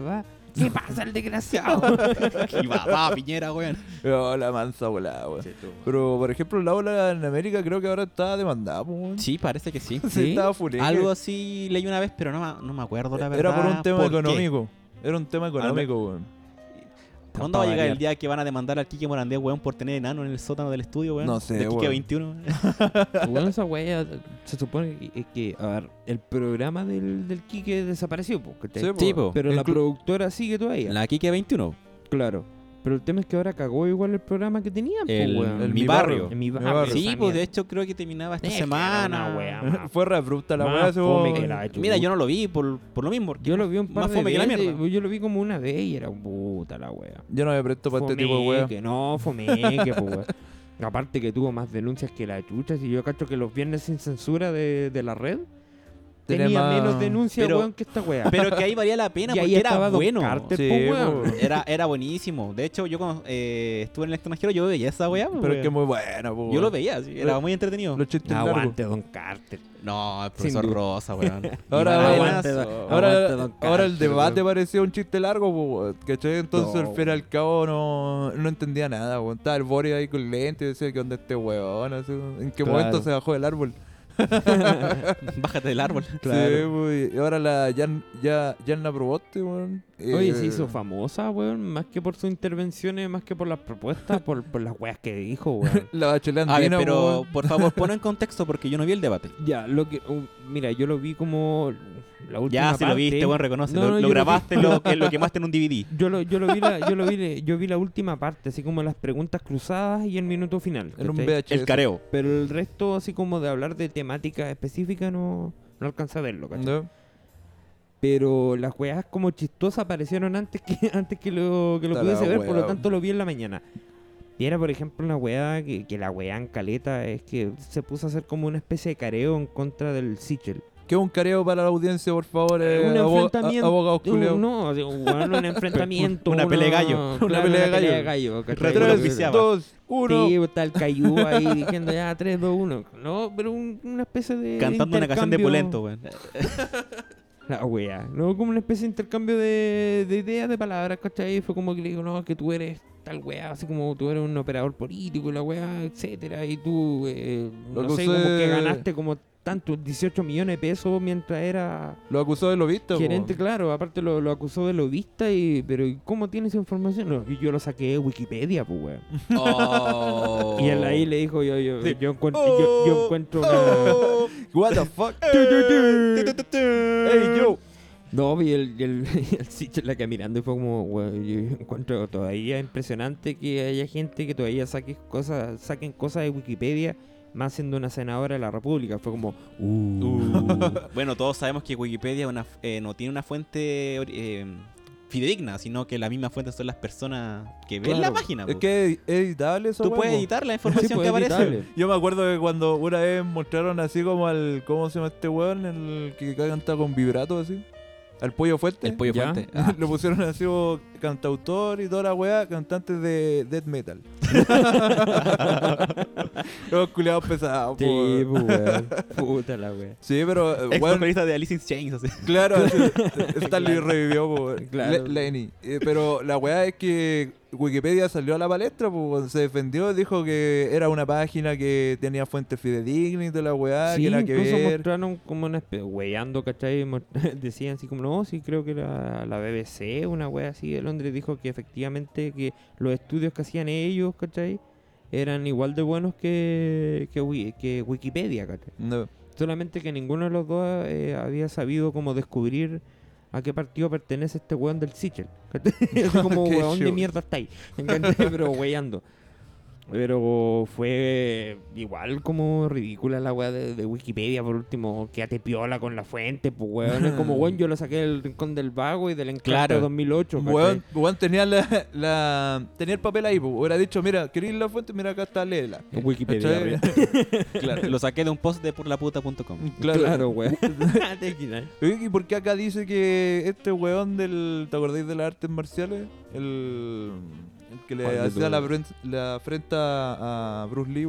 ¿Qué pasa el desgraciado?
Y va, va, Piñera, weón.
Oh, la mansa volada, weón.
Sí, tú.
Pero, por ejemplo, la ola en América creo que ahora está demandada, po, weón.
Sí, parece que sí.
Sí,
¿Sí?
estaba fuleque.
Algo así leí una vez, pero no, me- no me acuerdo la verdad.
Era por un tema
¿Por qué?
económico. Era un tema económico, weón.
¿Cuándo va a llegar
variar.
el día que van a demandar al Kike Morandé, weón, por tener enano en el sótano del estudio, weón?
No sé,
De Kike
weón.
veintiuno.
Bueno, esa wea se supone que, que, a ver, el programa del, del Quique desapareció, po, ¿cachai?
Sí, po.
Sí, po.
Pero la
Inclu-
productora sigue todavía.
La Kike veintiuno.
Claro. Pero el tema es que ahora cagó igual el programa que tenían, po,
El-
weón.
el Mi Barrio.
En mi
Mi
barrio.
Barrio.
Sí,
esa
pues de
mierda.
hecho creo que terminaba esta
Es que era
semana.
una wea más-
Fue re abrupta la
más
weá. así
fome
como-
que la chucha.
Mira, yo no lo vi por, por lo mismo. porque
Yo lo vi un par
más
de
fome que la
veces,
mierda.
yo lo vi como una vez y era puta la wea.
Yo no me presto para este tipo de weá.
Que no, fomeque, po, weón. Aparte que tuvo más denuncias que la chucha. Si yo cacho que los viernes sin censura de, de la red
Tiene
tenía
más-
menos denuncias,
Pero-
weón, que esta wea.
Pero que ahí valía la pena
Y ahí
porque era
estaba Don
bueno.
Carter,
Sí,
po, weón.
po.
Era, era buenísimo. De hecho, yo cuando eh, estuve en el extranjero, yo veía esa weá.
Pero
weón.
es que es muy bueno, po,
Yo
weón.
lo veía, sí, era
Lo-
muy entretenido.
Los chistes largos.
Aguante, Don Carter.
No, el
Sin
profesor
duda.
Rosa, weón.
Ahora,
Iván
aguante,
Arenas,
don-
o-
Ahora,
Aguante, Don
ahora el
Carter,
debate
weón.
parecía un chiste largo, po, weón, ¿cachai? Entonces
No,
al fin y al cabo no, no entendía nada, weón. Estaba el Boris ahí con lente y decía que onda este weón, así, ¿en qué
Claro.
momento se bajó del árbol?
Bájate del árbol.
Sí,
Claro.
pues, y ahora la Jan, ya, Janna Proboste, weón.
Oye,
eh,
se hizo famosa, weón, más que por sus intervenciones, más que por las propuestas, por, por las weas que dijo, weón.
La bachelet
A ver,
andina,
pero
weón.
por favor, pon en contexto porque yo no vi el debate.
Ya, lo que... uh, mira, yo lo vi como la última
Ya, si lo
parte.
viste, weón, reconoce.
No,
lo
no,
lo
yo lo
grabaste,
vi.
lo, que- lo quemaste en un D V D.
Yo lo, yo lo vi la, yo lo vi, yo vi la última parte, así como las preguntas cruzadas y el minuto final.
En un
¿cachai?
V H S.
El careo.
Pero el resto, así como de hablar de temática específica, no, no alcanza a verlo, ¿cachai?
¿No?
Pero las weas como chistosas aparecieron antes que antes que lo, que lo
Está
pudiese
la
ver, por
wea,
lo
weón.
tanto lo vi en la mañana. Y era, por ejemplo, una weá que, que la weá en caleta es que se puso a hacer como una especie de careo en contra del Sichel.
¿Qué es un careo para la audiencia, por favor? eh,
un
abo-
enfrentamiento.
a- abogados
Uh,
culiados.
no, o sea, weón, un enfrentamiento.
Una pelea de gallo.
claro,
Una pelea de gallo.
gallo. ¿cachai?
Red Bull
Tres,
auspiciaba.
dos, uno.
Sí, está el Cayú ahí diciendo ya tres, dos, uno. No, pero un- una especie de.
Cantando una canción de
intercambio-
Pulento, weón.
La wea, no, como una especie de intercambio de, de ideas, de palabras, ¿cachai? Fue como que le digo, no, que tú eres tal wea, así como tú eres un operador político, y la wea, etcétera, y tú, eh,
Lo
no sé,
acusé-
como que ganaste como tanto, dieciocho millones de pesos mientras era
Lo acusó de lo visto,
gerente,
po.
claro, aparte lo, lo acusó de lobista, y, pero ¿y ¿cómo tienes esa información? No, yo lo saqué de Wikipedia, pues wea.
Oh.
Y él ahí le dijo, yo, yo,
Sí.
yo, encuentro, yo, yo encuentro una...
Oh, what the fuck? Hey, yo.
No, y el, y el, y el Sichel la que mirando y fue como, "Güey, yo encuentro todavía impresionante que haya gente que todavía saque cosas, saquen cosas de Wikipedia, más siendo una senadora de la República". Fue como, uh,
Uh. Bueno, todos sabemos que Wikipedia una, eh, no tiene una fuente eh, fidedigna, sino que la misma fuente son las personas que ven
Claro.
la página.
Es
po.
que es editable eso,
Tú puedes editar la información
Sí, pues,
que aparece.
editable.
Yo me acuerdo que cuando una vez mostraron así como al... ¿Cómo se llama este weón? El que canta con vibrato así. Al Pollo Fuerte.
El pollo
¿Ya?
fuerte. Ah.
Lo pusieron así como cantautor y toda la weá, cantantes de death metal. Los culiados pesados, po,
sí,
weón.
pues, weón. Puta la wea.
Sí, pero, eh,
Ex
weón,
vocalista de Alice in Chains, así.
claro, así, Stanley revivió, po, weón.
Claro.
Le- Lenny. Eh, pero la weá es que Wikipedia salió a la palestra, pues se defendió, dijo que era una página que tenía fuentes fidedignas y toda la weá,
Sí,
que nada que
incluso
ver.
mostraron como una especie, weyando, ¿cachai? Mo- Decían así como, no, sí, creo que la, la B B C, una wea así de Londres, dijo que efectivamente que los estudios que hacían ellos, ¿cachai? Eran igual de buenos que, que, Wi- que Wikipedia, ¿cachai?
No.
Solamente que ninguno de los dos eh, había sabido como descubrir a qué partido pertenece este weón del Sichel. ¿cachai? Así como,
Qué
weón de
show.
mierda está ahí. ¿cachai? Pero weyando. Pero fue igual como ridícula la weá de, de Wikipedia, por último, quédate piola con la fuente, pues weón. Es como, weón, yo lo saqué del Rincón del Vago y del Encanto
Claro.
de dos mil ocho. ¿cachai?
Weón, weón tenía la, la tenía el papel ahí, pues. Hubiera dicho, mira, ¿queréis la fuente? Mira, acá está, léela.
En Wikipedia.
¿Cachai?
arriba.
Claro, lo saqué de un post de porlaputa punto com.
Claro.
Claro, weón. Te quitas.
Oye, ¿y por qué acá dice que este weón del... ¿Te acordáis de las artes marciales? El, el que le
¿Cuál de
hacía la,
todos?
fren- la frente a, a Bruce Lee, weón.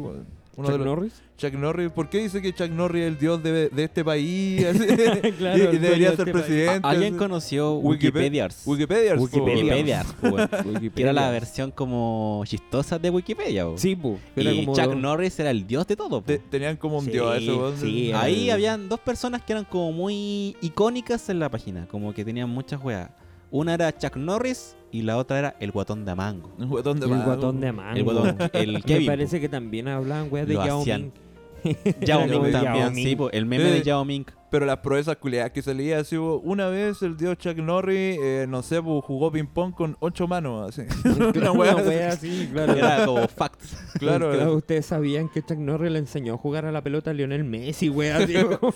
Uno
Chuck
de los-
Norris.
Chuck Norris. ¿Por qué dice que Chuck Norris es el dios de, de este país? Así?
Claro,
y, y
el dueño
debería
de
ser
este país.
presidente.
¿Alguien
así.
conoció
Wikipedia-
Wikipedias?
Wikipedia. po.
Wikipedia.
Wikipedias, po, weón. Que
Wikipedia.
era la versión como chistosa de Wikipedia, po.
Sí, pues.
Y Chuck Norris era el dios de todo, po.
Te- tenían como un
Sí,
dios a ese weón.
sí,
Ahí
el-
habían dos personas que eran como muy icónicas en la página, como que tenían muchas weas. Una era Chuck Norris y la otra era el guatón de Mango.
Un guatón de
El
mango.
guatón de mango.
El guatón, el
Me
Kevin.
parece que también hablaban, weas, de
Lo
Yao
hacían.
Ming.
Yao
Como
Ming
Yao
también,
Ming.
sí, po, el meme
Eh,
de Yao Ming.
Pero las proezas culiadas que salía así, bo, una vez el dios Chuck Norris, eh, no sé, bo, jugó ping pong con ocho manos, así.
Una
wea
wea así, claro.
Era como facts.
Claro,
Claro, ustedes sabían que Chuck Norris le enseñó a jugar a la pelota a Lionel Messi, wea, así.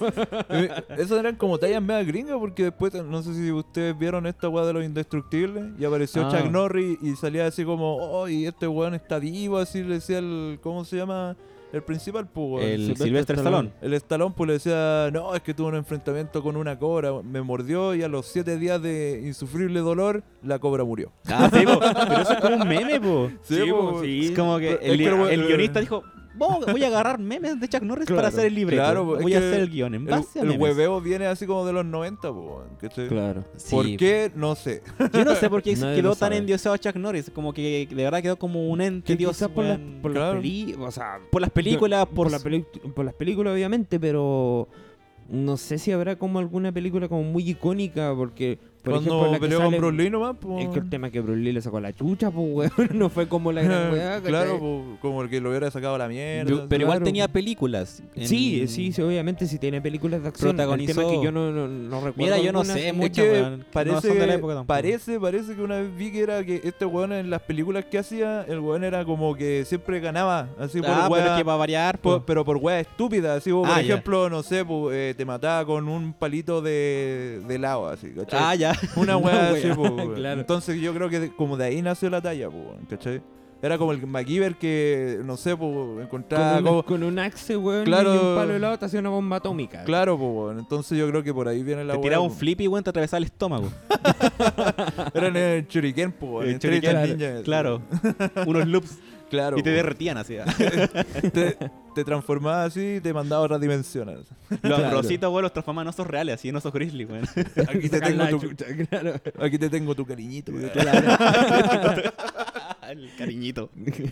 Eh, Esos eran como tallas mega gringas porque después, no sé si ustedes vieron esta weá de los indestructibles y apareció
Ah.
Chuck Norris y salía así como, oh, y este weón está vivo, así le decía el, ¿cómo se llama? El principal, pues, weón.
El
Sylvester
Sylvester Stallone.
El Stallone pues le decía, no, es que tuve un enfrentamiento con una cobra, me mordió y a los siete días de insufrible dolor, la cobra murió.
Ah, sí, po. Pero eso es como un meme, po.
Sí,
Sí,
po,
po, sí.
Es como que
Es
el,
que lo-
el guionista dijo, "Vamos, voy a agarrar memes de Chuck Norris
Claro,
para hacer el libreto.
claro, po, es
voy a
que
hacer el guión en
El,
base a
el
memes".
hueveo viene así como de los noventa, pues, ¿cachai?
Claro.
Sí,
¿Por qué? No sé.
Yo no sé por qué
Nadie
quedó
lo
tan
sabe.
endiosado Chuck Norris. Como que de verdad quedó como un ente
Que
dios.
quizás por, las,
weón.
por, las
Claro.
peli- o sea,
Por las películas, por,
por, la peli- por las películas obviamente, pero no sé si habrá como alguna película como muy icónica, porque por ejemplo
Cuando
la que
peleó con
sale-
Bruce Lee nomás, pues.
es que el tema que Bruce Lee le sacó la chucha, pues weón, no fue como la gran weá, ¿cachai?
Claro, pues, como el que lo hubiera sacado a la mierda.
Pero, pero igual
claro.
tenía películas. en-
Sí, sí, sí, obviamente sí tiene películas de acción.
Protagonizó-
El tema es que yo no, no, no recuerdo.
Mira, yo no
alguna.
sé
Es
mucho,
que
weón, que
parece,
no son de la época tampoco.
parece, parece que una vez vi que era que este weón en las películas que hacía, el weón era como que siempre ganaba, así por
Ah, pero
weá-
es que va a variar,
por-
po.
pero por weas estúpidas, así, por
Ah, ya.
ejemplo, no sé, pues, eh, te mataba con un palito de, de helado, así, ¿cachai?
Ah, ya.
Una
Una
wea así,
wea,
pues, weón.
claro.
Entonces yo creo que de- como de ahí nació la talla, pues, weón, ¿cachai? Era como el MacGyver que, no sé, pues, encontraba
Con, un,
como-
con un axe, weón,
Claro.
y un palo de helado te hacía una bomba atómica.
Claro, pues, weón. Entonces yo creo que por ahí viene la
Te
wea,
tiraba un
pues.
flip y, weón, te atravesaba el estómago.
Era en el Shuriken, pues, weón,
El
en Street
Shuriken,
Ninja,
Claro. Unos loops.
Claro.
Y te
po.
derretían así.
te, te transformabas así y te mandaba a otras dimensiones.
Los
Claro.
rositos, weón, los transformaban en osos reales, así en osos grizzly, weón.
Aquí te,
Sacar
tengo
la
tu,
chucha, claro.
aquí te tengo tu cariñito. weón.
El cariñito.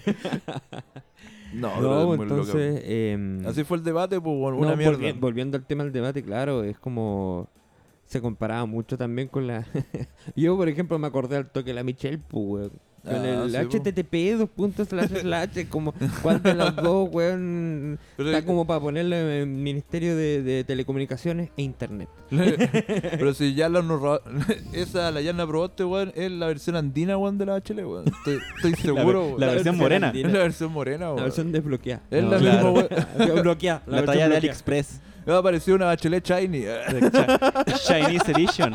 No,
No,
pero es muy loco.
entonces... em,
Así fue el debate, pues, weón,
no,
una mierda.
volvi- volviendo al tema del debate, claro, es como... Se comparaba mucho también con la... Yo, por ejemplo, me acordé al toque de la Michelle, pues, weón. Con
Ah,
el
sí,
H T T P, dos puntos, slash, slash, como cuál de los dos, weón,
Pero,
está como para ponerle en el Ministerio de, de Telecomunicaciones e Internet.
pero si ya la narra- esa la ya la probaste, weón, es la versión andina, weón, de la H L, weón. Estoy, estoy seguro, weón.
la versión morena.
andina,
Es la versión morena, weón.
La versión desbloqueada.
Es
No,
la
claro.
misma, weón.
bloqueada.
La talla de AliExpress.
Me ha aparecido una Bachelet Shiny.
Chinese Edition.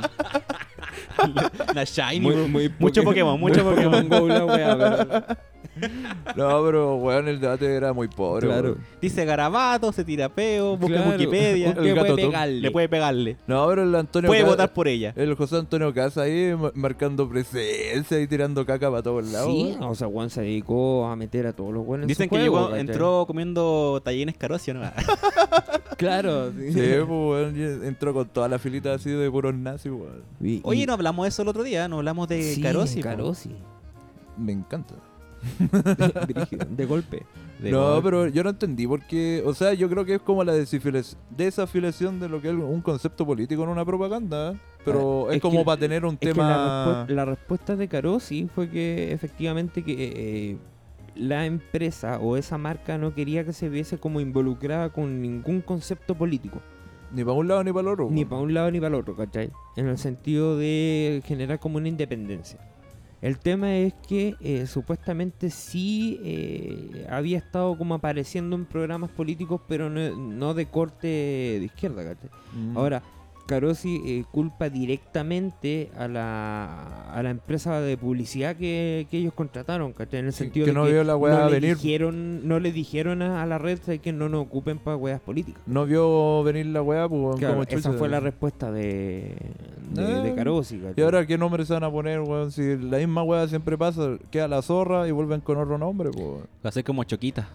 La Shiny.
Muy,
weón.
muy
mucho
Poké-
Pokémon, mucho
muy
Pokémon.
Go, la wea, pero-
No, pero, weón, el debate era muy pobre,
Claro.
weón.
Dice garabato, se tira peo, busca en
Claro.
Wikipedia.
Usted
El gato
puede
Tom.
pegarle.
Le puede pegarle.
No, pero el Antonio
Puede
Ca-
votar por ella.
El José Antonio Casa ahí ma- marcando presencia y tirando caca para todos lados.
Sí,
weón.
o sea, Juan se dedicó a meter a todos los buenos en
Dicen
su
que
juego,
llegó,
¿cachai?
entró comiendo tallines carosio, ¿no?
Claro, sí.
Sí, pues, weón, y entró con toda la filita así de puros nazis, weón.
Y-
Oye,
y-
no hablamos de eso el otro día, no hablamos de
sí,
Carosi. po.
Carosi.
Me encanta.
Brígido, de golpe.
De
no,
golpe.
pero yo no entendí porque, o sea, yo creo que es como la desafiliac- desafiliación de lo que es un concepto político en una propaganda, ¿eh? pero
Ah,
es,
es
como
que-
para tener un
Es que la,
tema...
respu- la respuesta de Carosi fue que efectivamente que eh, la empresa o esa marca no quería que se viese como involucrada con ningún concepto político.
Ni para un lado ni para el otro.
Ni
weón.
para un lado ni para el otro, ¿cachai? En el sentido de generar como una independencia. El tema es que eh, supuestamente sí eh, había estado como apareciendo en programas políticos, pero no, no de corte de izquierda, ¿cachai?
Mm.
Ahora, Carosi eh, culpa directamente a la, a la empresa de publicidad que, que ellos contrataron, ¿cachai? En el
Sí,
sentido
que
de
no
que
vio la weá
no, le
venir.
dijeron, no le dijeron a, a la red ¿sabes? Que no nos ocupen para weas políticas.
No vio venir la weá, pues, weón,
Claro,
como
esa
chucha.
fue la respuesta de, de, de
Eh,
Carosi, ¿cachai?
¿Y ahora qué nombre se van a poner, weón? Si la misma weá siempre pasa, queda la zorra y vuelven con otro nombre, pues.
Va a ser como Choquita.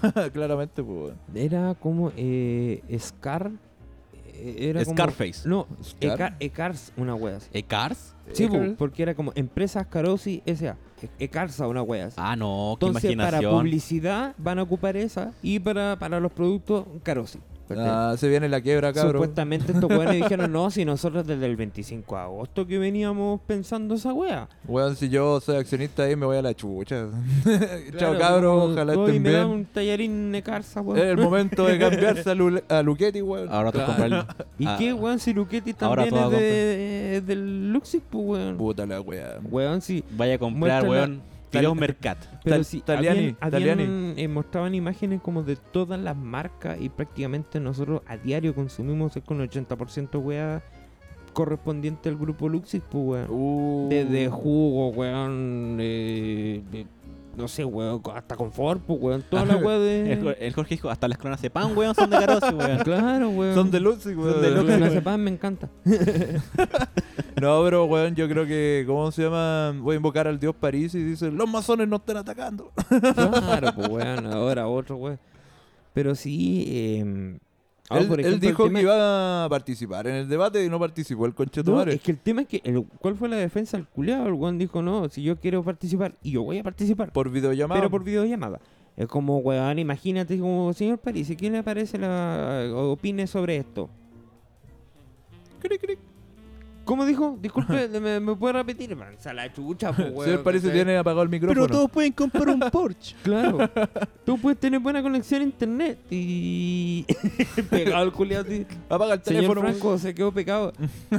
Claramente, pues, weón.
Era como eh, Scar. eh, Era como-
Scarface.
No,
Scar.
Ecar- Ecars, una wea así.
¿E Cars?
Sí,
Ecars.
po, porque era como Empresas Carosi S A E- Ecarsa, una wea así.
Ah, no, qué
Entonces, para
imaginación.
publicidad van a ocupar esa y para, para los productos Carosi. ¿cachai?
Ah, se viene la quiebra, cabrón.
Supuestamente estos weones dijeron, no, si nosotros desde el veinticinco de agosto que veníamos pensando esa wea.
Weón, si yo soy accionista ahí me voy a la chucha. Chao,
Claro,
cabros,
como,
ojalá
"Oye,
estén
me da
bien.
un tallarín Ecarsa, weón.
Es el momento de cambiarse a, Lu a Luchetti, weón.
Ahora te
Claro.
compras el-
¿Y
ah,
qué, weón? Si Luchetti
ahora
también es
todo
de, es del Luxis, pues, weón.
Puta la weá.
Weón, sí.
Vaya a comprar,
Muéstrala-
weón. Tira un mercat.
Pero
Tal-
sí,
Taliani,
habían,
Taliani.
habían, eh, mostraban imágenes como de todas las marcas y prácticamente nosotros a diario consumimos con el ochenta por ciento weá correspondiente al grupo Luxis, pues, weón.
Uh.
Desde jugo, weón, eh, de- no sé, weón, hasta confort, pues, weón, toda la weá
El, Jo-
de...
el Jorge dijo, hasta las clonas de pan, weón, son de Carosi, weón.
Claro, weón.
Son de Luxi, weón.
Son de
Lo
Luxis.
que me hace pan me encanta.
No, pero weón, yo creo que, ¿cómo se llama? Voy a invocar al dios París y dice, los masones no están atacando.
Claro, pues, weón, ahora otro, weón. Pero sí, eh, ah,
él
por
él
ejemplo, el
dijo
tema-
que iba a participar en el debate y no participó el
No,
conchetumare.
es que el tema es que, el- ¿cuál fue la defensa del culiado? El weón dijo, no, si yo quiero participar, y yo voy a participar,
Por videollamada.
pero por videollamada. Es como, weón, imagínate, como, señor París, ¿quién le parece la opine sobre esto?
Cric, cric.
¿Cómo dijo? Disculpe, ¿me, me puede repetir? Mansa la chucha, pues, weón.
Señor París,
¿cachai?
tiene apagado el micrófono.
pueden comprar un Porsche.
Claro. Tú puedes tener buena conexión a internet y... Pegado el culiado así.
Apaga el
Señor
teléfono.
Franco, se quedó pecado.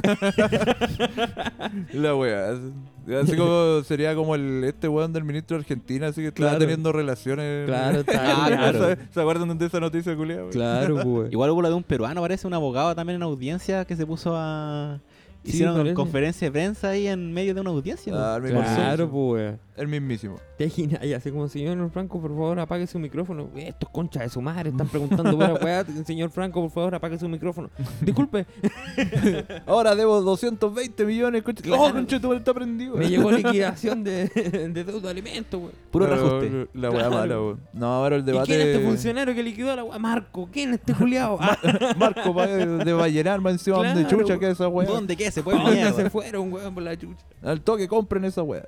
La weá. Así como sería como el este weón del ministro de Argentina, así que estaba
Claro.
teniendo relaciones.
Claro, está
Ah,
bien.
claro.
¿Se, ¿Se acuerdan de esa noticia, culiada?
Claro, pues.
Igual hubo la de un peruano, parece, un abogado también en audiencia que se puso a...
Sí,
Hicieron
parece.
conferencia de prensa ahí en medio de una audiencia.
Ah,
¿no?
el mismo
Claro,
Sonso.
pues.
El mismísimo.
Te imaginas, y así como, señor Franco, por favor, apague su micrófono. Estos conchas de su madre están preguntando por la weá. Señor Franco, por favor, apague su micrófono. Disculpe,
Ahora debo doscientos veinte millones. Conche...
Claro.
¡Oh, conchetumare, está prendido!
me llegó liquidación de, de deuda de alimentos, weón.
Puro
No,
reajuste.
La weá
Claro.
mala, weón. No, ahora el
¿Y
debate.
quién es este funcionario que liquidó la weá? Marco, ¿quién es este juliado? Ah,
Marco va de Vallenar, más encima
Claro,
de chucha
weón.
que esa weá.
¿Dónde qué? Se puede
¿dónde
mierda.
se fueron, weón, por la chucha?
Al toque compren esa weá.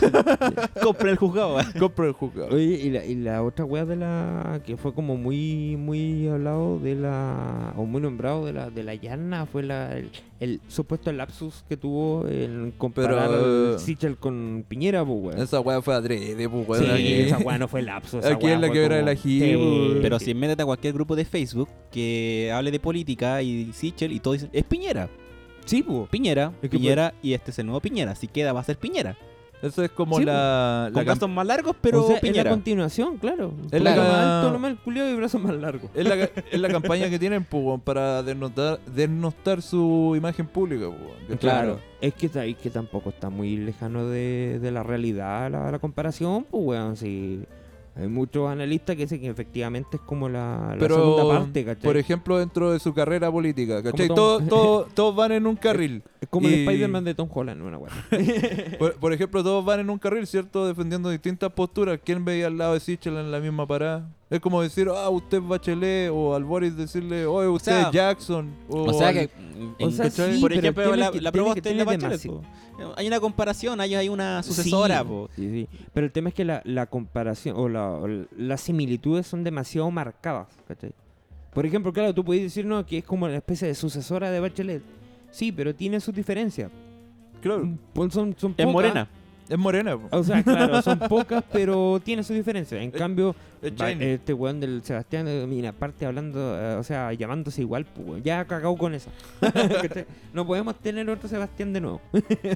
Compren el juzgado. weón.
Compren el juzgado.
Oye, y la, y la otra weá de la... que fue como muy muy hablado de la... o muy nombrado de la de la Yarna fue la, el, el supuesto lapsus que tuvo en comparar
Pero-
al Sichel con Piñera, pues, weón.
Esa weá fue adrede, pues weón.
Sí,
aquí.
esa weá no fue lapsus. esa
Aquí
weá
es la
fue
que era
como-
el ají,
Sí.
weón.
Pero si métete a cualquier grupo de Facebook que hable de política y Sichel y todo dicen, es Piñera.
Sí, pues.
Piñera,
Es que
Piñera y este es el nuevo Piñera. Si queda va a ser Piñera.
Eso es como
Sí,
la. la
Con
cam-
brazos más largos, pero
o sea, es la
Piñera.
continuación, claro.
Es la
Brazo
ca-
más alto, nomás el culiao y brazos más largos.
Es la, es la campaña que tienen pues, weón, para desnotar, desnostar su imagen pública. Pues, weón, ¿cachai?
Claro, es que, ta- es que tampoco está muy lejano de, de la realidad la, la comparación, pues weón, si hay muchos analistas que dicen que efectivamente es como la, la
Pero,
segunda parte, ¿cachai?
por ejemplo, dentro de su carrera política, ¿cachai?
Como
Todos
Tom-
todo, todos van en un carril.
es como el
y-
Spider-Man de Tom Holland, una weá.
Por, por ejemplo, todos van en un carril, ¿cierto? Defendiendo distintas posturas. ¿Quién veía al lado de Sichel en la misma parada? Es como decir, ah, usted es Bachelet, o al Boris decirle, oye, usted
sea,
es Jackson. O,
O sea
al-
que,
O sea,
¿cachai?
sí,
por
pero
ejemplo,
tiene
la,
que-
la
tiene
proboste
que
en la
tener
Bachelet,
demasi-
po. Hay una comparación, hay, hay una sucesora,
Sí,
po.
sí, sí. Pero el tema es que la, la comparación o, la, o las similitudes son demasiado marcadas, ¿cachai? Por ejemplo, claro, tú puedes decir, no, que es como una especie de sucesora de Bachelet. Sí, pero tiene sus diferencias.
Claro,
Pues son, son
Es
pocas.
morena.
es morena. po.
O sea, claro, son pocas, pero tiene sus diferencias. En
Es-
cambio,
Es
va-
shiny.
este weón del Sebastián, eh, mira, aparte hablando, eh, o sea, llamándose igual, pues, weón, ya cagado con esa. ¿Cachai? No podemos tener otro Sebastián de nuevo.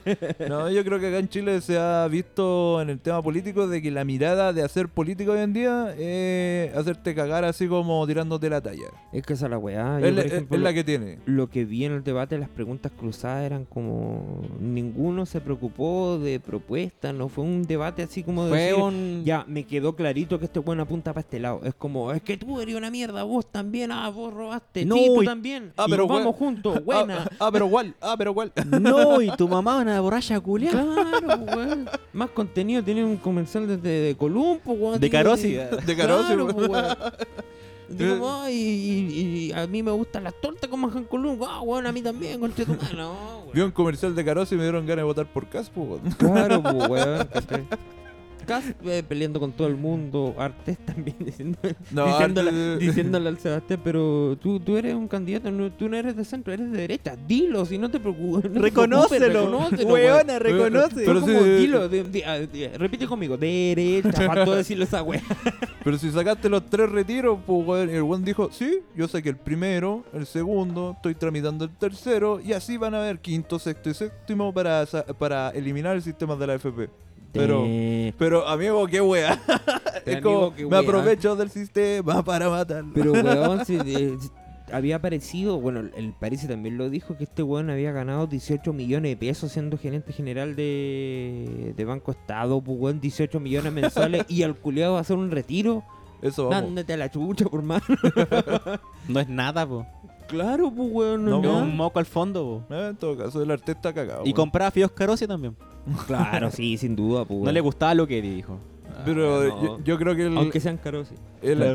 No, yo creo que acá en Chile se ha visto en el tema político de que la mirada de hacer política hoy en día es hacerte cagar así como tirándote la talla.
Es que esa es la weá. Yo,
Es, la-
por
es-
ejemplo,
es la que tiene.
lo que vi en el debate, las preguntas cruzadas eran como ninguno se preocupó de propuestas propuesta, no fue un debate así como de
Fue
decir,
un...
ya, me quedó clarito que este weón apunta para este lado. Es como, es que tú eres una mierda, vos también, ah, vos robaste,
No,
sí, tú
y-
también.
Ah,
y
pero
nos vamos
weón-
juntos, buena.
Ah, ah, pero igual, ah, pero igual.
No, y tu mamá una borracha culia.
Claro, weón. Más contenido, tiene un comercial de, de, de Columpo, weón.
De
tiene-
Carosi.
De Carosi,
Claro,
weón.
po, weón. Digo, "Ay, y, y a mí me gustan las tortas con manjar Columpo. Ah, weón, a mí también, conche tu madre". No, weón.
Vi un comercial de Carosi y me dieron ganas de votar por Caspo, weón.
Claro, pues, weón. ¿cachai? Cas eh, peleando con todo el mundo. Artés también diciendo,
No,
diciéndole,
Artés-
diciéndole al Sebastián, pero tú, tú eres un candidato, no, tú no eres de centro, eres de derecha. Dilo, si no te preocupes. no te
Reconócelo.
preocupes, reconócelo,
Weona,
weón.
reconoce.
Fue
Pero
como,
si-
dilo, de- de- ah, de- repite conmigo, derecha, faltó decirlo esa wea.
Pero si sacaste los tres retiros, pues, weón. Y el weón dijo, sí, yo saqué el primero, el segundo, estoy tramitando el tercero, y así van a haber quinto, sexto y séptimo para, sa- para eliminar el sistema de la F P. Pero,
Eh,
pero amigo, qué wea. Es
Amigo,
como,
qué
me
wea.
aprovecho del sistema para matarlo.
Pero, weón, si, eh, si- había aparecido, bueno, el París también lo dijo, que este weón había ganado dieciocho millones de pesos siendo gerente general de, de Banco Estado, pues, weón, dieciocho millones mensuales, y al culiado va a hacer un retiro.
Eso vamos.
Ándate a la chucha, por mano.
No es nada, po.
Claro, pues, weón, no,
No,
Es
es nada.
un moco al fondo, po.
Eh, en todo caso, el arte está cagado.
Y
weón.
compraba fideos Carosi también.
Claro, sí, sin duda, pues,
No
weón.
le gustaba lo que dijo.
Pero
Ah,
yo,
no.
yo creo que el,
Aunque sean caros, sí.
el-
Claro.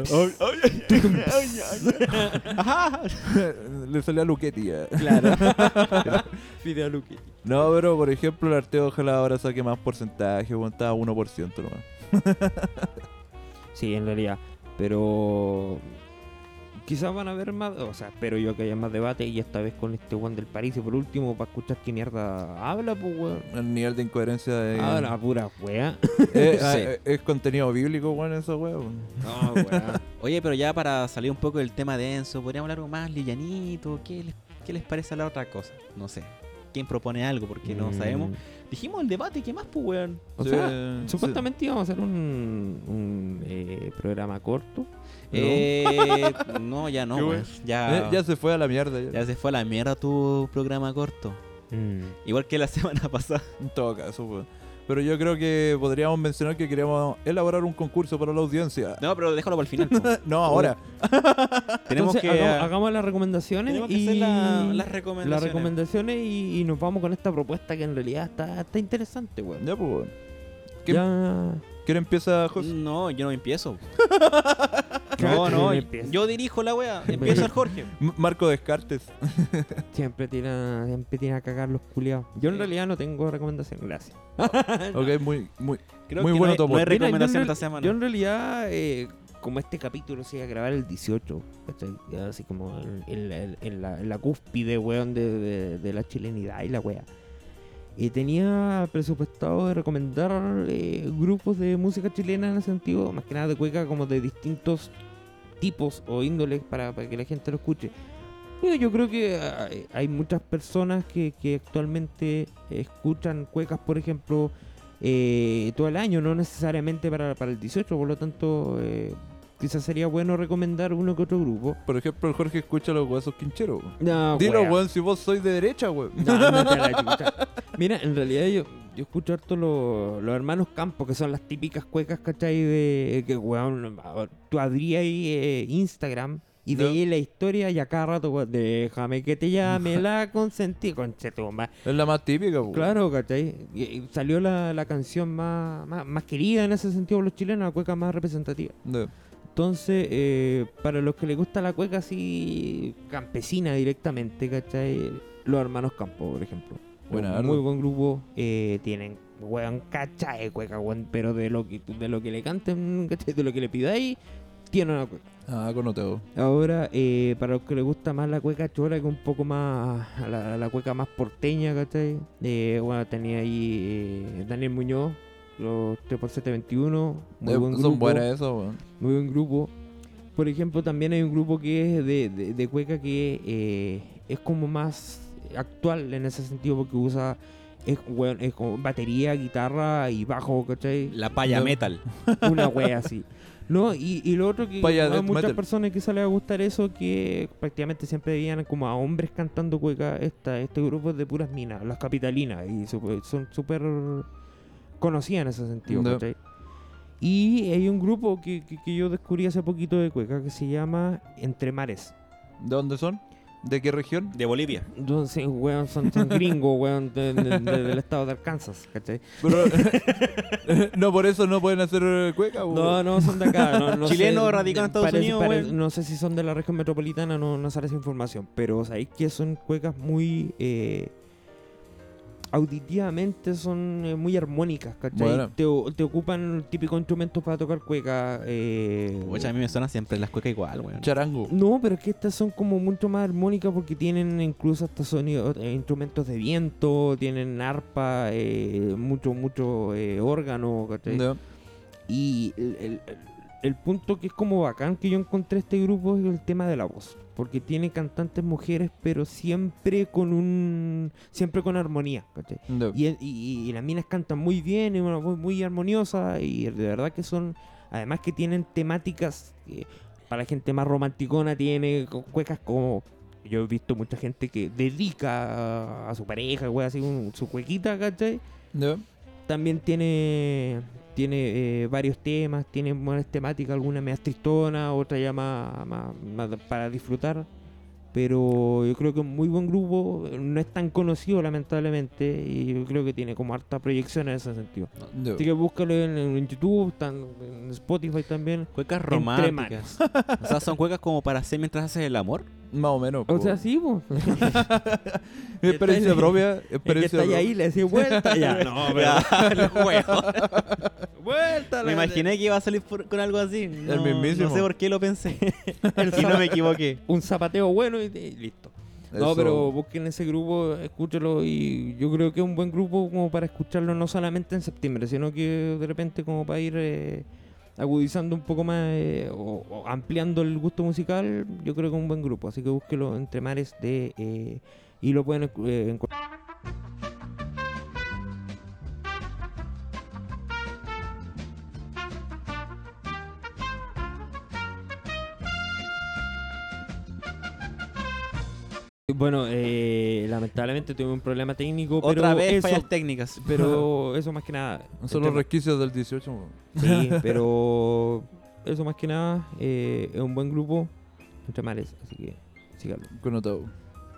le salió a Luchetti. ya.
Claro.
Fideo Luque.
No, pero por ejemplo, el Arteo ojalá ahora saque más porcentaje, weón, estaba a uno por ciento nomás.
Sí, en realidad. Pero quizás van a haber más, o sea, espero yo que haya más debate y esta vez con este weón del París y por último para escuchar qué mierda habla, pues weón.
El nivel de incoherencia de...
Habla pura wea.
Eh,
Sí.
ah, eh, es contenido bíblico, weón, esa weón.
No, weá.
Oye, pero ya para salir un poco del tema denso, podríamos hablar algo más livianito. ¿Qué les, qué les parece la otra cosa? No sé. ¿Quién propone algo? Porque no
Mm.
sabemos. Dijimos el debate, ¿qué más, pues, weón?
O
Sí,
sea,
sí.
supuestamente íbamos a hacer un, un eh, programa corto. pero-
Eh, no, ya no,
Qué
weón.
weón.
Ya,
Eh, ya se fue a la mierda. Ya.
ya se fue a la mierda tu programa corto.
Mm.
Igual que la semana pasada.
En todo caso, weón. Pero yo creo que podríamos mencionar que queríamos elaborar un concurso para la audiencia.
No, pero déjalo para el final. po.
No, ahora.
Tenemos
Entonces,
que,
hagamos, hagamos las recomendaciones
tenemos que
y
hacer la- las
las
recomendaciones.
recomendaciones y, y nos vamos con esta propuesta que en realidad está, está interesante, weón.
Ya, pues, weón. ¿Quién,
Ya.
¿quién empieza, José?
No, yo no empiezo.
Claro,
No, no,
yo empiezo.
yo dirijo la wea. Empieza el Jorge.
M- Marco Descartes.
Siempre tira, siempre tira a cagar los culiados. Yo en
Sí.
realidad no tengo recomendación, gracias.
Ok, muy, muy.
Creo
Muy
que
bueno
no hay,
tu
no hay
aporte.
Mira, yo en
recomendación
real-
esta semana.
Yo en realidad, eh, como este capítulo se iba a grabar el dieciocho, ¿cachai? Ya así como en, en la, en la- en la cúspide, weón, de, de- de la chilenidad y la wea. Y tenía presupuestado de recomendar eh, grupos de música chilena en el sentido, más que nada de cueca, como de distintos tipos o índoles para, para que la gente lo escuche. Mira, yo creo que hay, hay muchas personas que, que actualmente escuchan cuecas, por ejemplo, eh, todo el año, no necesariamente para, para el dieciocho, por lo tanto, eh, quizás sería bueno recomendar uno que otro grupo.
Por ejemplo, el Jorge escucha los huesos quincheros, weón.
No,
Dilo,
wea.
weón, si vos sois de derecha, weón.
No, ándate a la chucha. Mira, en realidad yo, yo escucho harto los, los hermanos Campos, que son las típicas cuecas, ¿cachai? De que, weón, tú abrías ahí eh, Instagram y
No.
veías la historia y a cada rato, weón, déjame que te llame la consentí, conchetumba.
Es la más típica, weón.
Claro, ¿cachai? Y, y salió la, la canción más, más, más querida en ese sentido por los chilenos, la cueca más representativa.
No.
Entonces, eh, para los que les gusta la cueca así campesina directamente, ¿cachai? Los hermanos Campos, por ejemplo.
Buena,
Un muy
Ardo.
buen grupo. eh, tienen, weón, cachai, cueca, weón. Pero de lo que de lo que le canten, ¿cachai? De lo que le pidáis, tiene una cueca.
Ah, connotado.
Ahora, eh, para los que les gusta más la cueca chora, que es un poco más a la, a la cueca más porteña, ¿cachai? Eh, bueno, tenía ahí eh, Daniel Muñoz, los tres por siete veintiuno, muy
Eh,
buen
son
grupo.
buenas esas, weón.
Muy buen grupo. Por ejemplo, también hay un grupo que es de, de, de cueca que eh, es como más actual en ese sentido porque usa es, weón, es como batería, guitarra y bajo, ¿cachai?
La paya
No.
metal.
Una wea así. No, y, y lo otro que
Vaya
a
death
muchas
metal.
personas quizá les va a gustar eso, que prácticamente siempre veían como a hombres cantando cueca, esta, este grupo es de puras minas, las capitalinas, y supe- son súper desconocida en ese sentido,
No.
¿cachai? Y hay un grupo que, que, que yo descubrí hace poquito de cueca que se llama Entre Mares.
¿De dónde son? ¿De qué región?
De Bolivia.
Entonces, weón, son, son gringos, weón, de- de- de- del estado de Arkansas, ¿cachai?
Pero, no, por eso no pueden hacer eh, cueca, weón.
No, no, son de acá. No, no
Chileno
sé,
radicado en Estados
parece-
Unidos,
parece-
weón.
No sé si son de la región metropolitana, no, no sale esa información. Pero sabéis que son cuecas muy... eh, auditivamente son eh, muy armónicas, ¿cachai?
Bueno.
Te, o- te ocupan típicos instrumentos para tocar cueca. Eh,
Oye, a mí me suena siempre las cuecas igual, weón.
Charango.
No, pero es que estas son como mucho más armónicas porque tienen incluso hasta sonidos, eh, instrumentos de viento, tienen arpa, eh, mucho, mucho eh, órgano, ¿cachai?
No.
Y el, el- el- el punto que es como bacán que yo encontré este grupo es el tema de la voz. Porque tiene cantantes mujeres, pero siempre con un. Siempre con armonía, ¿cachai?
No.
Y, el- y- y las minas cantan muy bien, es una voz muy armoniosa. Y de verdad que son. Además que tienen temáticas. eh, para la gente más romanticona, tiene co- cuecas como. Yo he visto mucha gente que dedica a, a su pareja, güey, así un- su cuequita, ¿cachai?
No.
También tiene tiene eh, varios temas, tiene buenas temáticas, alguna más tristona, otra ya más, más- más para disfrutar. Pero yo creo que es un muy buen grupo, no es tan conocido lamentablemente, y yo creo que tiene como harta proyección en ese sentido.
No.
Así que búscalo en, en YouTube, están en Spotify también.
Cuecas
Entre
románticas. O sea, son cuecas como para hacer mientras haces el amor.
Más o menos.
O
po.
sea, sí, pues.
Mi experiencia
Está-
propia.
Es que
Experiencia
está ahí,
propia.
ahí, le decís vuelta, ya. No,
Ya, el juego.
vuelta.
Me
la-
imaginé que iba a salir por- con algo así. No,
mismísimo.
no sé por qué lo pensé. y no me equivoqué.
Un zapateo bueno y, y listo. No,
Eso.
pero busquen ese grupo, escúchalo y yo creo que es un buen grupo como para escucharlo no solamente en septiembre, sino que de repente como para ir eh, agudizando un poco más eh, o, o ampliando el gusto musical, yo creo que es un buen grupo. Así que búsquelo Entre Mares de eh, y lo pueden eh, encontrar. Bueno, eh, lamentablemente tuve un problema técnico, pero
Otra vez
eso,
fallas técnicas.
pero eso más que nada.
Son
el
los
tema-
resquicios del dieciocho. weón.
Sí, pero eso más que nada eh, es un buen grupo Entre Mares, así que síganlo.
Connotado.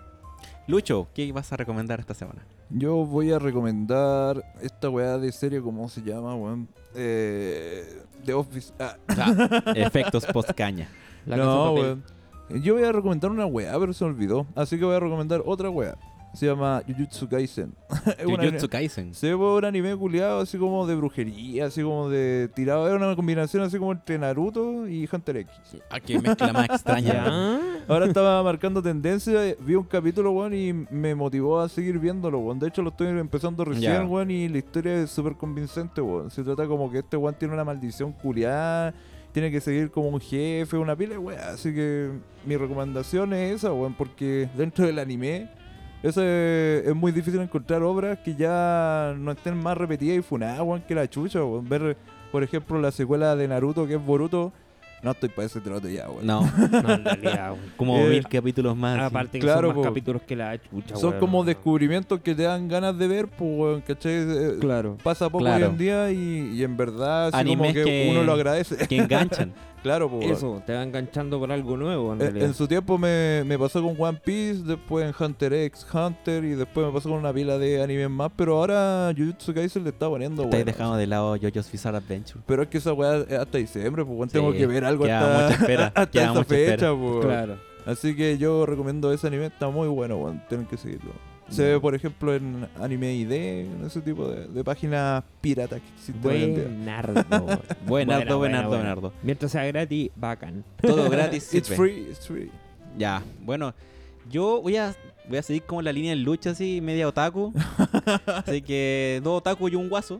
Lucho, ¿qué vas a recomendar esta semana?
Yo voy a recomendar esta weá de serie, ¿cómo se llama, weón? Eh, The Office. Ah,
Efectos post caña.
La Casa de
no,
Papel.
weón. Yo voy a recomendar una weá, pero se me olvidó. Así que voy a recomendar otra weá. Se llama Jujutsu Kaisen. Es una-
Jujutsu Kaisen.
Se ve un anime culiado así como de brujería, así como de tirado. Es una combinación así como entre Naruto y Hunter X.
Ah, qué mezcla más extraña.
Ya.
Ahora estaba marcando tendencia, vi un capítulo, weón, y me motivó a seguir viéndolo, weón. De hecho, lo estoy empezando recién,
Ya.
weón, y la historia es súper convincente, weón. Se trata como que este weón tiene una maldición culiada, tiene que seguir como un jefe, una pila, weón. Así que mi recomendación es esa, weón, porque dentro del anime, eso es, es muy difícil encontrar obras que ya no estén más repetidas y funadas, weón, que la chucha, weón. Ver, por ejemplo, la secuela de Naruto, que es Boruto. No estoy para ese trote ya, weón.
No,
No, en realidad, güey.
como
Eh,
mil capítulos más. sí.
Aparte que
Claro,
son más
po.
capítulos que la chucha,
Son
güey.
como descubrimientos que te dan ganas de ver, pues, weón, ¿cachai? Eh,
Claro.
Pasa poco
Claro.
hoy en día y, y en verdad, así
Animes
como que,
que-
uno lo agradece.
Que enganchan.
Claro, pues. weón.
Eso, te va enganchando por algo nuevo, en
Eh,
realidad.
En su tiempo me, me pasó con One Piece, después en Hunter x Hunter y después me pasó con una pila de animes más, pero ahora Jujutsu Kaisen le está poniendo,
Estáis
weón.
dejando de lado JoJo's Bizarre Adventure.
Pero es que esa weá es hasta diciembre, pues, weón,
Sí,
tengo que ver algo
queda
hasta,
mucha espera,
hasta
queda
esa
mucha
fecha,
espera.
pues. weón.
Claro.
Así que yo recomiendo ese anime, está muy bueno, weón, tienen que seguirlo. Se
Ya.
ve, por ejemplo, en Anime I D, en ese tipo de, de páginas piratas que existen hoy en día.
Buenardo.
Buenardo,
Buena,
buenardo,
buena.
buenardo.
Mientras sea gratis, bacán.
Todo gratis.
It's
sirve.
free, it's free.
Ya, bueno, yo voy a voy a seguir como la línea de lucha así, media otaku. Así que dos otaku y un guaso.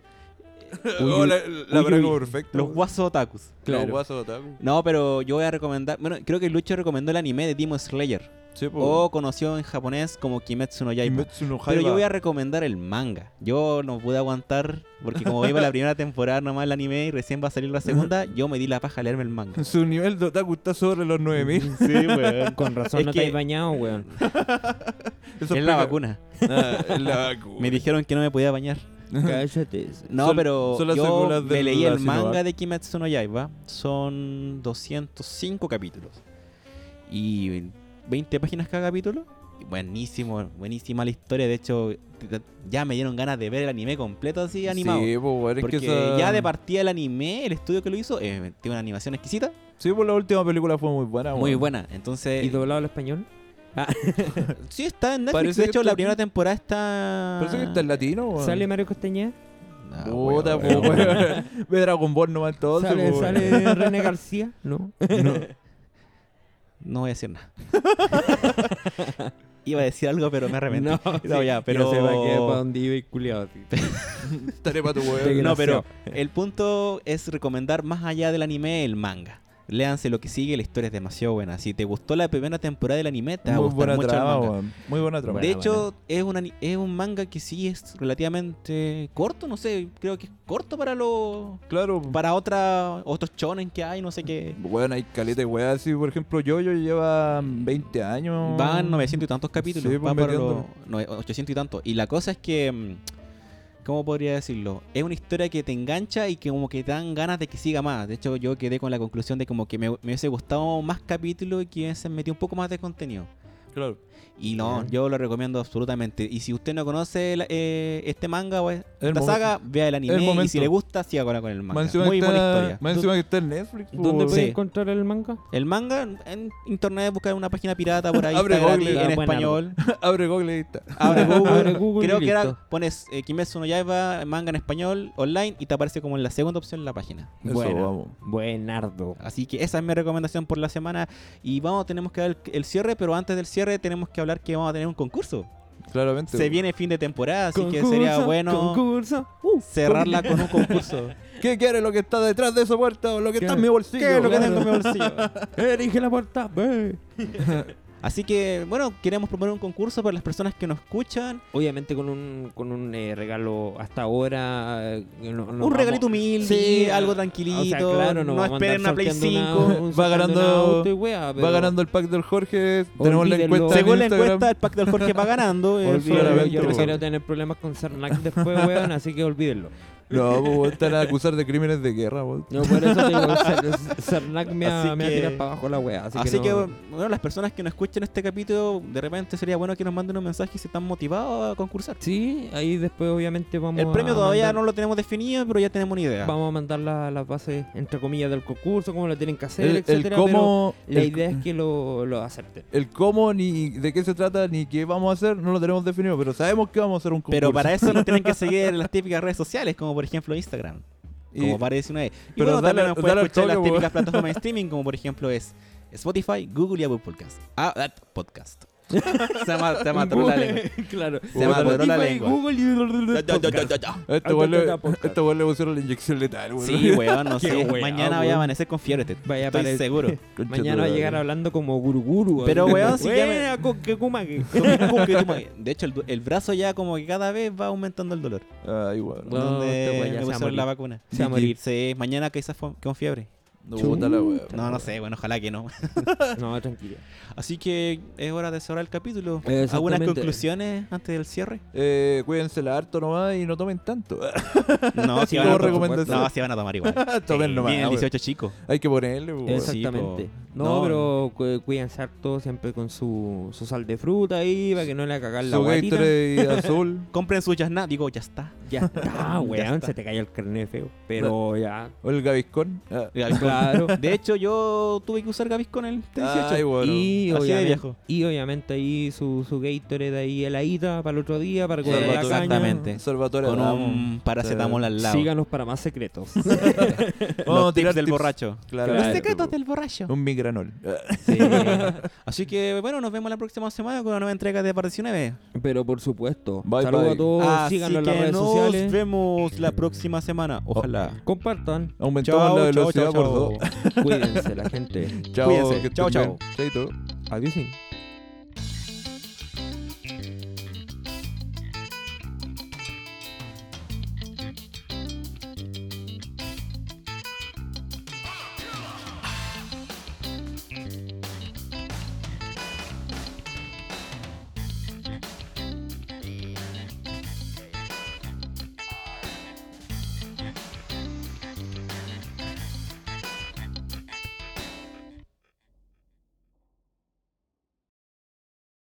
Uy,
Oh, la la
uy,
verdad
uy.
como perfecto.
Los guasos otakus.
Los
Claro.
guasos otaku.
No, pero yo voy a recomendar, bueno, creo que Lucho recomendó el anime de Demon Slayer,
Sí, pues.
o conocido en japonés como Kimetsu no Yaiba.
Kimetsu no
Pero yo
Yaiba.
voy a recomendar el manga. Yo no pude aguantar, porque como iba la primera temporada nomás el anime y recién va a salir la segunda, yo me di la paja a leerme el manga.
Su nivel de otaku está sobre los nueve mil.
Sí, weón.
Con razón
Es
no
que-
te has bañado, weón.
Eso
Es la
explica-
vacuna.
Ah, es la vacuna.
Me dijeron que no me podía bañar.
Cállate.
No,
Son-
pero
son las
yo
secuelas
me
de
leí
la
el manga
Sinovac.
de Kimetsu no Yaiba. Son doscientos cinco capítulos. Y veinte páginas cada capítulo. Y buenísimo, buenísima la historia. De hecho, ya me dieron ganas de ver el anime completo así animado.
Sí, pues, weón, es
Porque
que esa...
ya de partida el anime, el estudio que lo hizo, eh, tiene una animación exquisita.
Sí, pues la última película fue muy buena,
Muy
weón.
buena. Entonces,
¿Y doblado al español?
sí está en Netflix.
Parece
De
que
hecho,
está
la
aquí.
primera temporada está...
Parece que está en latino, weón.
¿Sale Mario Castañeda?
Ah,
Puta,
weón,
pues,
weón.
weón. Ve Dragon Ball nomás entonces,
¿Sale,
pues, weón.
¿Sale René García? No.
No.
No voy a decir nada. Iba a decir algo, pero me arrepentí.
No,
No,
sí,
ya, pero...
Ya se va a quedar para donde iba y culiado.
Estaré pa' tu
De
weón.
No, pero
Desgraciado.
el punto es recomendar más allá del anime el manga. Léanse lo que sigue, la historia es demasiado buena. Si te gustó la primera temporada del anime, te va a
Muy
gustar
buena
mucho
trama,
el manga.
weón. Muy buena trama.
De
Buena,
hecho, es, un ani- es un manga que sí es relativamente corto, no sé, creo que es corto para los
Claro.
para otra, otros shonen que hay, no sé qué.
Bueno, hay caleta de weas así, por ejemplo, Yoyo lleva veinte años.
Van novecientos y tantos capítulos,
Sí,
va
pues,
para
metiendo.
los nove- ochocientos y tantos. Y la cosa es que, mm, ¿cómo podría decirlo? Es una historia que te engancha y que como que te dan ganas de que siga más. De hecho, yo quedé con la conclusión de como que me, me hubiese gustado más capítulos y que hubiesen metido un poco más de contenido.
Claro.
Y no,
Bien.
yo lo recomiendo absolutamente. Y si usted no conoce la- eh, este manga o esta
El momen-
saga, vea el
el
anime y
momento.
si le gusta, siga con, con el manga.
Más encima
Muy
que
buena
está-
historia.
Más encima que está en Netflix. pues,
¿Dónde
po.
puedes
Sí.
encontrar el manga?
El manga en internet, buscar una página pirata por ahí,
Abre
está gratis,
Google.
en
Ah, buena,
español.
Abre Google y ahí está.
Abre Google.
Abre Google
Creo
y
que era,
listo.
pones eh, Kimetsu no Yaiba, manga en español, online, y te aparece como en la segunda opción en la página.
Eso,
Bueno.
vamos.
Buenardo.
Así que esa es mi recomendación por la semana. Y vamos, tenemos que dar el, el cierre, pero antes del cierre tenemos que hablar que vamos a tener un concurso.
Claramente.
Se
po.
viene fin de temporada, así que
Concurso,
sería bueno
Concurso. Uh,
cerrarla con un concurso.
¿Qué quiere lo que está detrás de esa puerta o lo que
¿Qué?
está en mi bolsillo?
¿Qué es lo que
Claro.
tengo en mi bolsillo?
Elige la puerta. Ve.
Así que, bueno, queremos proponer un concurso para las personas que nos escuchan.
Obviamente con un, con un eh, regalo hasta ahora. eh, no- no
un
vamos-
regalito humilde,
Sí,
algo
o
tranquilito.
sea, claro, no,
no
vamos a
esperen
andar
una Play
sorteando
cinco.
una- un-
Va
sorteando
ganando-
un auto y wea, pero
Va ganando el pack del Jorge. Tenemos la
Olvídenlo.
encuesta. en
Según la
Instagram.
encuesta, el pack del Jorge va ganando. eh,
Olvídenlo,
claramente,
yo no
weón.
quiero tener problemas con Cernac después, weón, así que olvídenlo.
No, pues están a acusar de crímenes de guerra, weón.
No, por eso te digo, Cer- Cernac me va
Así
me va a
que-
tirar para abajo la wea. Así,
Así,
que,
que,
no-
bueno, las personas que nos escuchen este capítulo, de repente sería bueno que nos manden un mensaje si están motivados a concursar.
Sí, ahí después obviamente vamos
El premio
a
todavía
mandar-
no lo tenemos definido, pero ya tenemos una idea.
Vamos a mandar la- las bases, entre comillas, del concurso, cómo lo tienen que hacer,
El, el
etcétera,
cómo.
pero la
el-
idea es que lo, lo acepten.
El cómo, ni de qué se trata, ni qué vamos a hacer, no lo tenemos definido, pero sabemos que vamos a hacer un concurso.
Pero para eso nos tienen que seguir en las típicas redes sociales, como por ejemplo Instagram.
Y-
Como para diecinueve. Y
pero
bueno,
dale-
también nos pueden
dale al
escuchar en las
toque,
típicas plataformas de streaming, como por ejemplo es Spotify, Google y Apple Podcast. Ah, ah, podcast. se llama, se llama atoró la lengua.
Claro.
Se llama atoró la lengua.
Google y
Ya, ya, ya, ya, ya.
A este weón le-
Podcast.
a este weón le pusieron la inyección letal, weón.
Sí, weón, no
Qué
sé.
weón,
Mañana voy a
weón.
amanecer con fiebre, te-
Vaya a
estoy
aparecer-
seguro.
Concha
Mañana
tu
va a
madre.
llegar hablando como guruguru.
Pero,
así
weón,
como,
si ya me-
"Buena, con que kumake".
De hecho, el, du- el brazo ya como que cada vez va aumentando el dolor.
Ay, weón.
No,
donde
este weón ya
me
se va a
pusieron
morir.
la vacuna.
Se va a morir.
Sí, mañana quizás fue- con fiebre.
No, puta la weón.
No, no sé, bueno, ojalá que no.
No, tranquilo.
Así que es hora de cerrar el capítulo.
Exactamente.
¿Algunas conclusiones antes del cierre?
Eh, cuídense la harto nomás y no tomen tanto.
No, si
Sí,
van a
como
tomar.
recomendación.
No, si van a tomar igual.
Tomen
Sí,
nomás,
vienen
weón.
dieciocho chicos.
Hay que ponerle, weón.
Esa-
Exactamente.
po.
No,
No.
pero cu- cuídense harto siempre con su, su sal de fruta ahí, para que no le haga cagar la
Su
guatita.
Gatorade azul.
Compren su Jasna, digo, ya está.
Ya está, weón,
está.
se te cayó el carnet feo. Pero ya,
O el Gaviscon. Ah.
claro.
De hecho, yo tuve que usar Gaviscon el T dieciocho.
Ay, bueno.
Y
Así de
obviamente,
viejo.
y obviamente ahí su, su Gatorade ahí heladita para el otro día, para que
Eh,
la
exactamente.
caña.
Exactamente.
Salvatore
Con
Adamo.
un paracetamol al lado.
Síganos para más secretos.
Vamos
Los
a
tips
tirar
del
tips.
borracho.
Claro.
Claro.
Los secretos del borracho.
Un migranol. Ah.
Sí,
Así que, bueno, nos vemos la próxima semana con una nueva entrega de Parte diecinueve.
pero por supuesto.
Bye,
Saludos
bye.
a todos,
Así
síganos en
que
las redes
nos
sociales.
vemos la próxima semana. Ojalá.
Compartan,
Aumentamos
Chao,
la
chao,
velocidad
chao,
por dos.
chao.
cuídense la gente.
Chao,
Cuídense.
que estén
Chao, chao.
bien. Chaito.
Adiós.